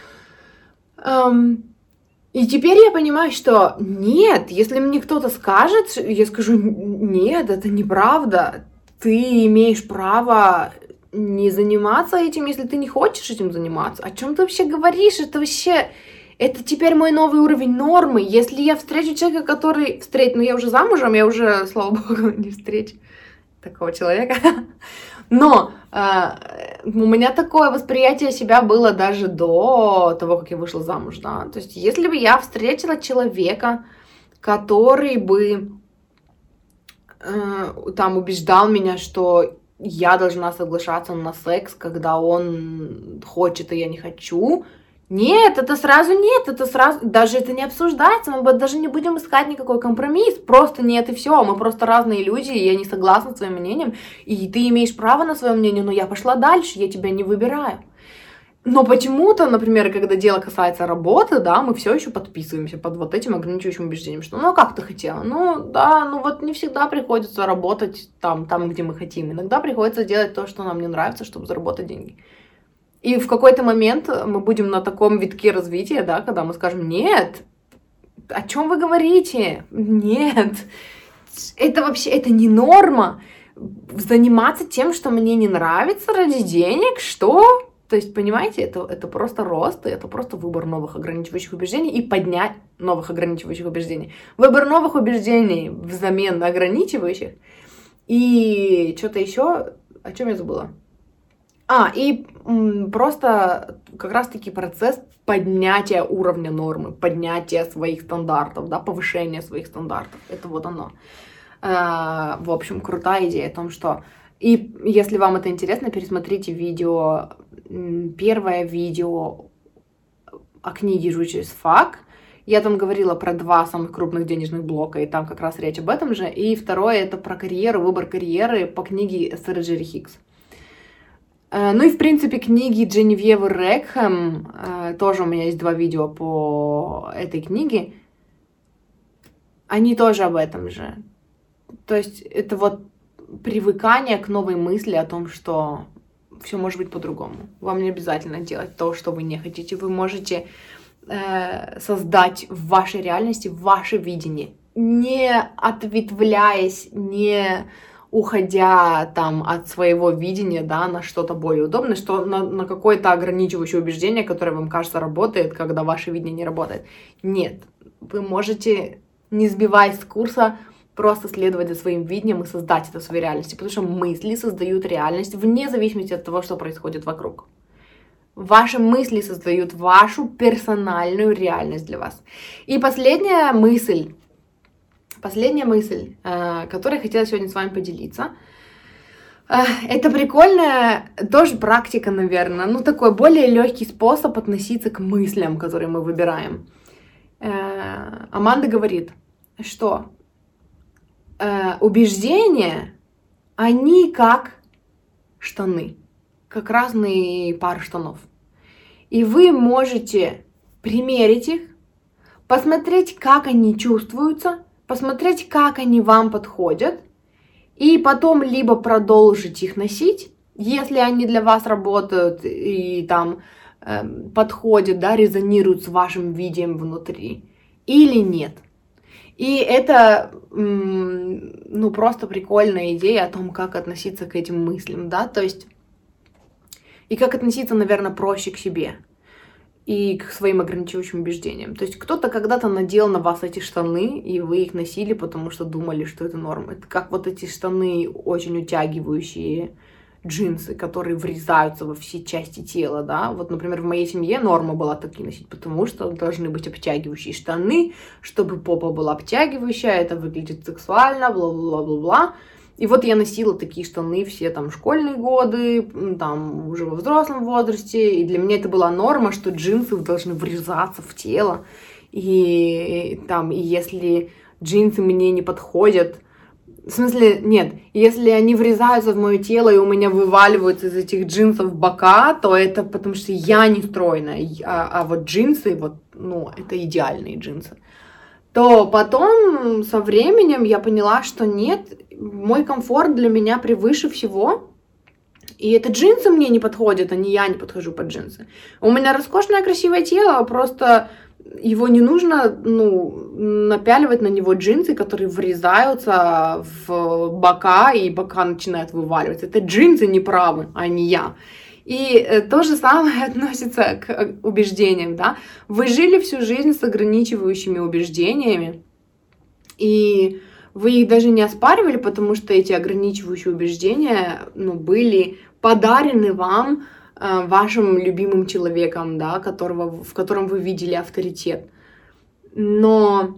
A: Um, и теперь я понимаю, что нет, если мне кто-то скажет, я скажу, нет, это неправда. Ты имеешь право не заниматься этим, если ты не хочешь этим заниматься. О чем ты вообще говоришь? Это вообще, это теперь мой новый уровень нормы. Если я встречу человека, который встретит, ну я уже замужем, я уже, слава богу, не встречу такого человека. Но э, у меня такое восприятие себя было даже до того, как я вышла замуж, да. То есть, если бы я встретила человека, который бы э, там убеждал меня, что я должна соглашаться на секс, когда он хочет, и я не хочу. Нет, это сразу нет, это сразу, даже это не обсуждается, мы даже не будем искать никакой компромисс, просто нет и все, мы просто разные люди, и я не согласна с твоим мнением, и ты имеешь право на свое мнение, но я пошла дальше, я тебя не выбираю. Но почему-то, например, когда дело касается работы, да, мы все еще подписываемся под вот этим ограничивающим убеждением, что ну а как ты хотела? Ну да, ну вот не всегда приходится работать там, там, где мы хотим, иногда приходится делать то, что нам не нравится, чтобы заработать деньги. И в какой-то момент мы будем на таком витке развития, да, когда мы скажем, нет, о чем вы говорите? Нет, это вообще, это не норма. Заниматься тем, что мне не нравится ради денег, что? То есть, понимаете, это, это просто рост, это просто выбор новых ограничивающих убеждений и поднять новых ограничивающих убеждений. Выбор новых убеждений взамен ограничивающих. И что-то еще, о чем я забыла? А, и м, просто как раз-таки процесс поднятия уровня нормы, поднятия своих стандартов, да, повышения своих стандартов. Это вот оно. Э, в общем, крутая идея о том, что... И если вам это интересно, пересмотрите видео, первое видео о книге «Жуть из фак». Я там говорила про два самых крупных денежных блока, и там как раз речь об этом же. И второе, это про карьеру, выбор карьеры по книге Сары Джерри Хиггс. Ну и, в принципе, книги Дженевьевы Рекхэм, тоже у меня есть два видео по этой книге, они тоже об этом же. То есть это вот привыкание к новой мысли о том, что все может быть по-другому. Вам не обязательно делать то, что вы не хотите. Вы можете э, создать в вашей реальности ваше видение, не ответвляясь, не уходя там от своего видения, да, на что-то более удобное, что на, на какое-то ограничивающее убеждение, которое вам кажется работает, когда ваше видение не работает. Нет, вы можете, не сбиваясь с курса, просто следовать за своим видением и создать это в своей реальности, потому что мысли создают реальность вне зависимости от того, что происходит вокруг. Ваши мысли создают вашу персональную реальность для вас. И последняя мысль, последняя мысль, которой я хотела сегодня с вами поделиться, это прикольная тоже практика, наверное, ну такой более легкий способ относиться к мыслям, которые мы выбираем. Аманда говорит, что убеждения, они как штаны, как разные пары штанов. И вы можете примерить их, посмотреть, как они чувствуются, посмотреть, как они вам подходят, и потом либо продолжить их носить, если они для вас работают и там э, подходят, да, резонируют с вашим видением внутри, или нет. И это, ну, просто прикольная идея о том, как относиться к этим мыслям, да, то есть, и как относиться, наверное, проще к себе и к своим ограничивающим убеждениям. То есть кто-то когда-то надел на вас эти штаны, и вы их носили, потому что думали, что это норма. Это как вот эти штаны, очень утягивающие джинсы, которые врезаются во все части тела, да. Вот, например, в моей семье норма была такие носить, потому что должны быть обтягивающие штаны, чтобы попа была обтягивающая, это выглядит сексуально, бла-бла-бла-бла-бла. И вот я носила такие штаны все там школьные годы, там уже во взрослом возрасте, и для меня это была норма, что джинсы должны врезаться в тело, и там, и если джинсы мне не подходят, в смысле, нет, если они врезаются в мое тело и у меня вываливаются из этих джинсов бока, то это потому что я не стройная, а, а вот джинсы, вот, ну, это идеальные джинсы. То потом со временем я поняла, что нет, мой комфорт для меня превыше всего, и это джинсы мне не подходят, а не я не подхожу под джинсы. У меня роскошное красивое тело, просто его не нужно, ну, напяливать на него джинсы, которые врезаются в бока, и бока начинают вываливаться. Это джинсы неправы, а не я. И то же самое относится к убеждениям, да. Вы жили всю жизнь с ограничивающими убеждениями, и вы их даже не оспаривали, потому что эти ограничивающие убеждения, ну, были подарены вам э, вашим любимым человеком, да, которого, в котором вы видели авторитет. Но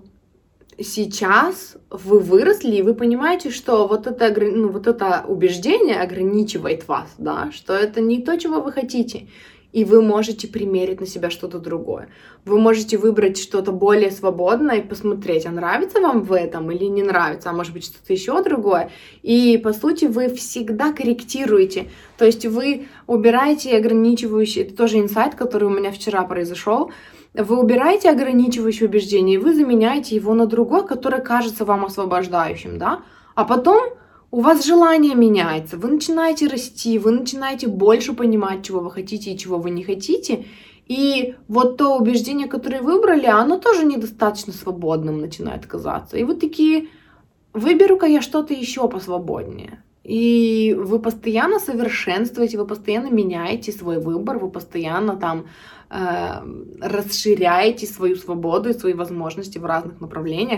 A: сейчас вы выросли, и вы понимаете, что вот это, ну, вот это убеждение ограничивает вас, да, что это не то, чего вы хотите, и вы можете примерить на себя что-то другое. Вы можете выбрать что-то более свободное и посмотреть, а нравится вам в этом или не нравится, а может быть что-то еще другое. И, по сути, вы всегда корректируете, то есть вы убираете ограничивающие, это тоже инсайт, который у меня вчера произошел. Вы убираете ограничивающее убеждение, и вы заменяете его на другое, которое кажется вам освобождающим, да? А потом у вас желание меняется, вы начинаете расти, вы начинаете больше понимать, чего вы хотите и чего вы не хотите. И вот то убеждение, которое выбрали, оно тоже недостаточно свободным начинает казаться. И вы такие, выберу-ка я что-то еще посвободнее. И вы постоянно совершенствуете, вы постоянно меняете свой выбор, вы постоянно там э, расширяете свою свободу и свои возможности в разных направлениях.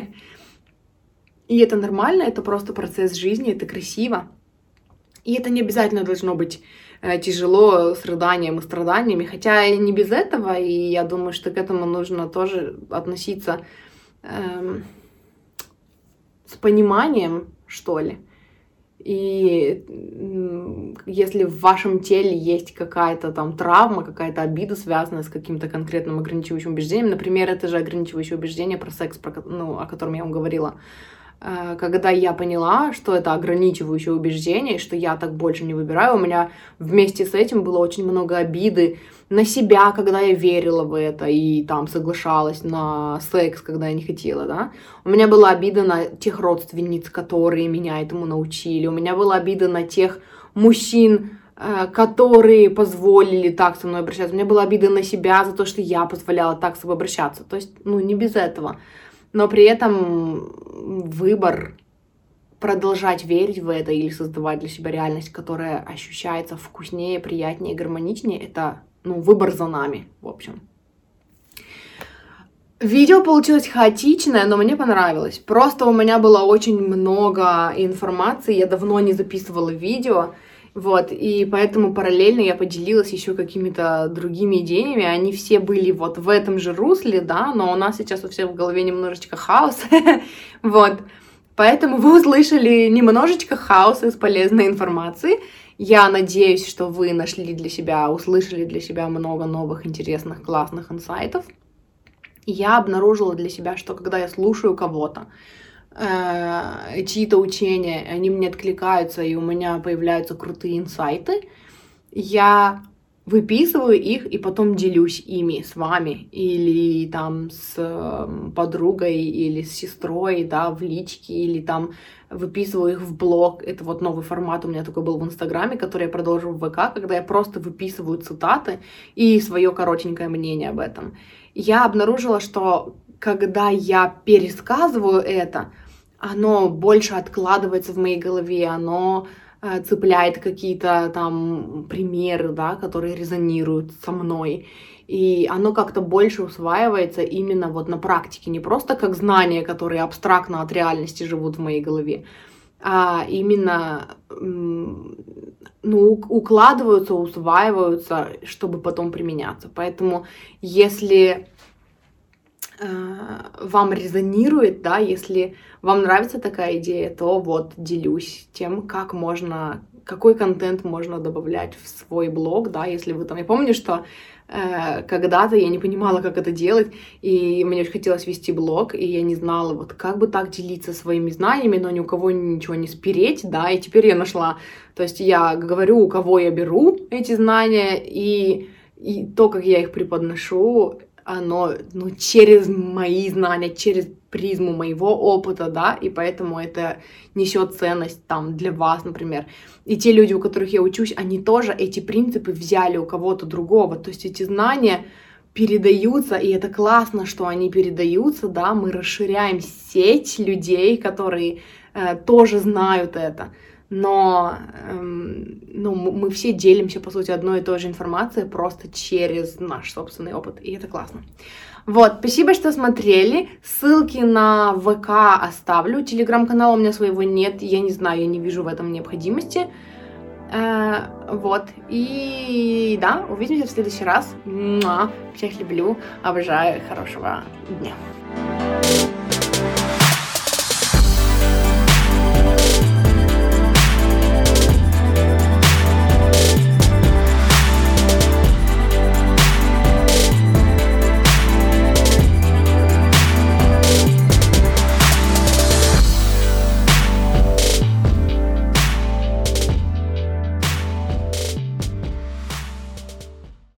A: И это нормально, это просто процесс жизни, это красиво. И это не обязательно должно быть э, тяжело, с рыданием и страданиями, хотя и не без этого, и я думаю, что к этому нужно тоже относиться э, с пониманием, что ли. И если в вашем теле есть какая-то там травма, какая-то обида, связанная с каким-то конкретным ограничивающим убеждением, например, это же ограничивающее убеждение про секс, про, ну, о котором я вам говорила, когда я поняла, что это ограничивающее убеждение, что я так больше не выбираю, у меня вместе с этим было очень много обиды на себя, когда я верила в это и там соглашалась на секс, когда я не хотела, да. У меня была обида на тех родственниц, которые меня этому научили. У меня была обида на тех мужчин, которые позволили так со мной обращаться. У меня была обида на себя за то, что я позволяла так с собой обращаться. То есть, ну, не без этого. Но при этом выбор продолжать верить в это или создавать для себя реальность, которая ощущается вкуснее, приятнее, гармоничнее, это, ну, выбор за нами, в общем. Видео получилось хаотичное, но мне понравилось. Просто у меня было очень много информации, я давно не записывала видео, вот, и поэтому параллельно я поделилась еще какими-то другими идеями, они все были вот в этом же русле, да, но у нас сейчас у всех в голове немножечко хаос, вот, поэтому вы услышали немножечко хаоса из полезной информации. Я надеюсь, что вы нашли для себя, услышали для себя много новых, интересных, классных инсайтов. Я обнаружила для себя, что когда я слушаю кого-то, э, чьи-то учения, они мне откликаются, и у меня появляются крутые инсайты, я выписываю их и потом делюсь ими с вами, или там с подругой, или с сестрой, да, в личке, или там выписываю их в блог. Это вот новый формат у меня такой был в Инстаграме, который я продолжу в ВК, когда я просто выписываю цитаты и свое коротенькое мнение об этом. Я обнаружила, что когда я пересказываю это, оно больше откладывается в моей голове, оно э, цепляет какие-то там примеры, да, которые резонируют со мной. И оно как-то больше усваивается именно вот на практике, не просто как знания, которые абстрактно от реальности живут в моей голове, а именно ну, укладываются, усваиваются, чтобы потом применяться. Поэтому если э, вам резонирует, да, если вам нравится такая идея, то вот делюсь тем, как можно, какой контент можно добавлять в свой блог, да, если вы там... Я помню, что э, когда-то я не понимала, как это делать, и мне очень хотелось вести блог, и я не знала, вот как бы так делиться своими знаниями, но ни у кого ничего не спереть, да, и теперь я нашла. То есть я говорю, у кого я беру эти знания, и, и то, как я их преподношу, оно, ну, через мои знания, через призму моего опыта, да, и поэтому это несет ценность там для вас, например. И те люди, у которых я учусь, они тоже эти принципы взяли у кого-то другого, то есть эти знания передаются, и это классно, что они передаются, да, мы расширяем сеть людей, которые э, тоже знают это. Но эм, ну, мы все делимся, по сути, одной и той же информацией, просто через наш собственный опыт, и это классно. Вот, спасибо, что смотрели, ссылки на ВК оставлю, телеграм-канала у меня своего нет, я не знаю, я не вижу в этом необходимости. Э, вот, и да, увидимся в следующий раз. Муа. Всех люблю, обожаю, хорошего дня.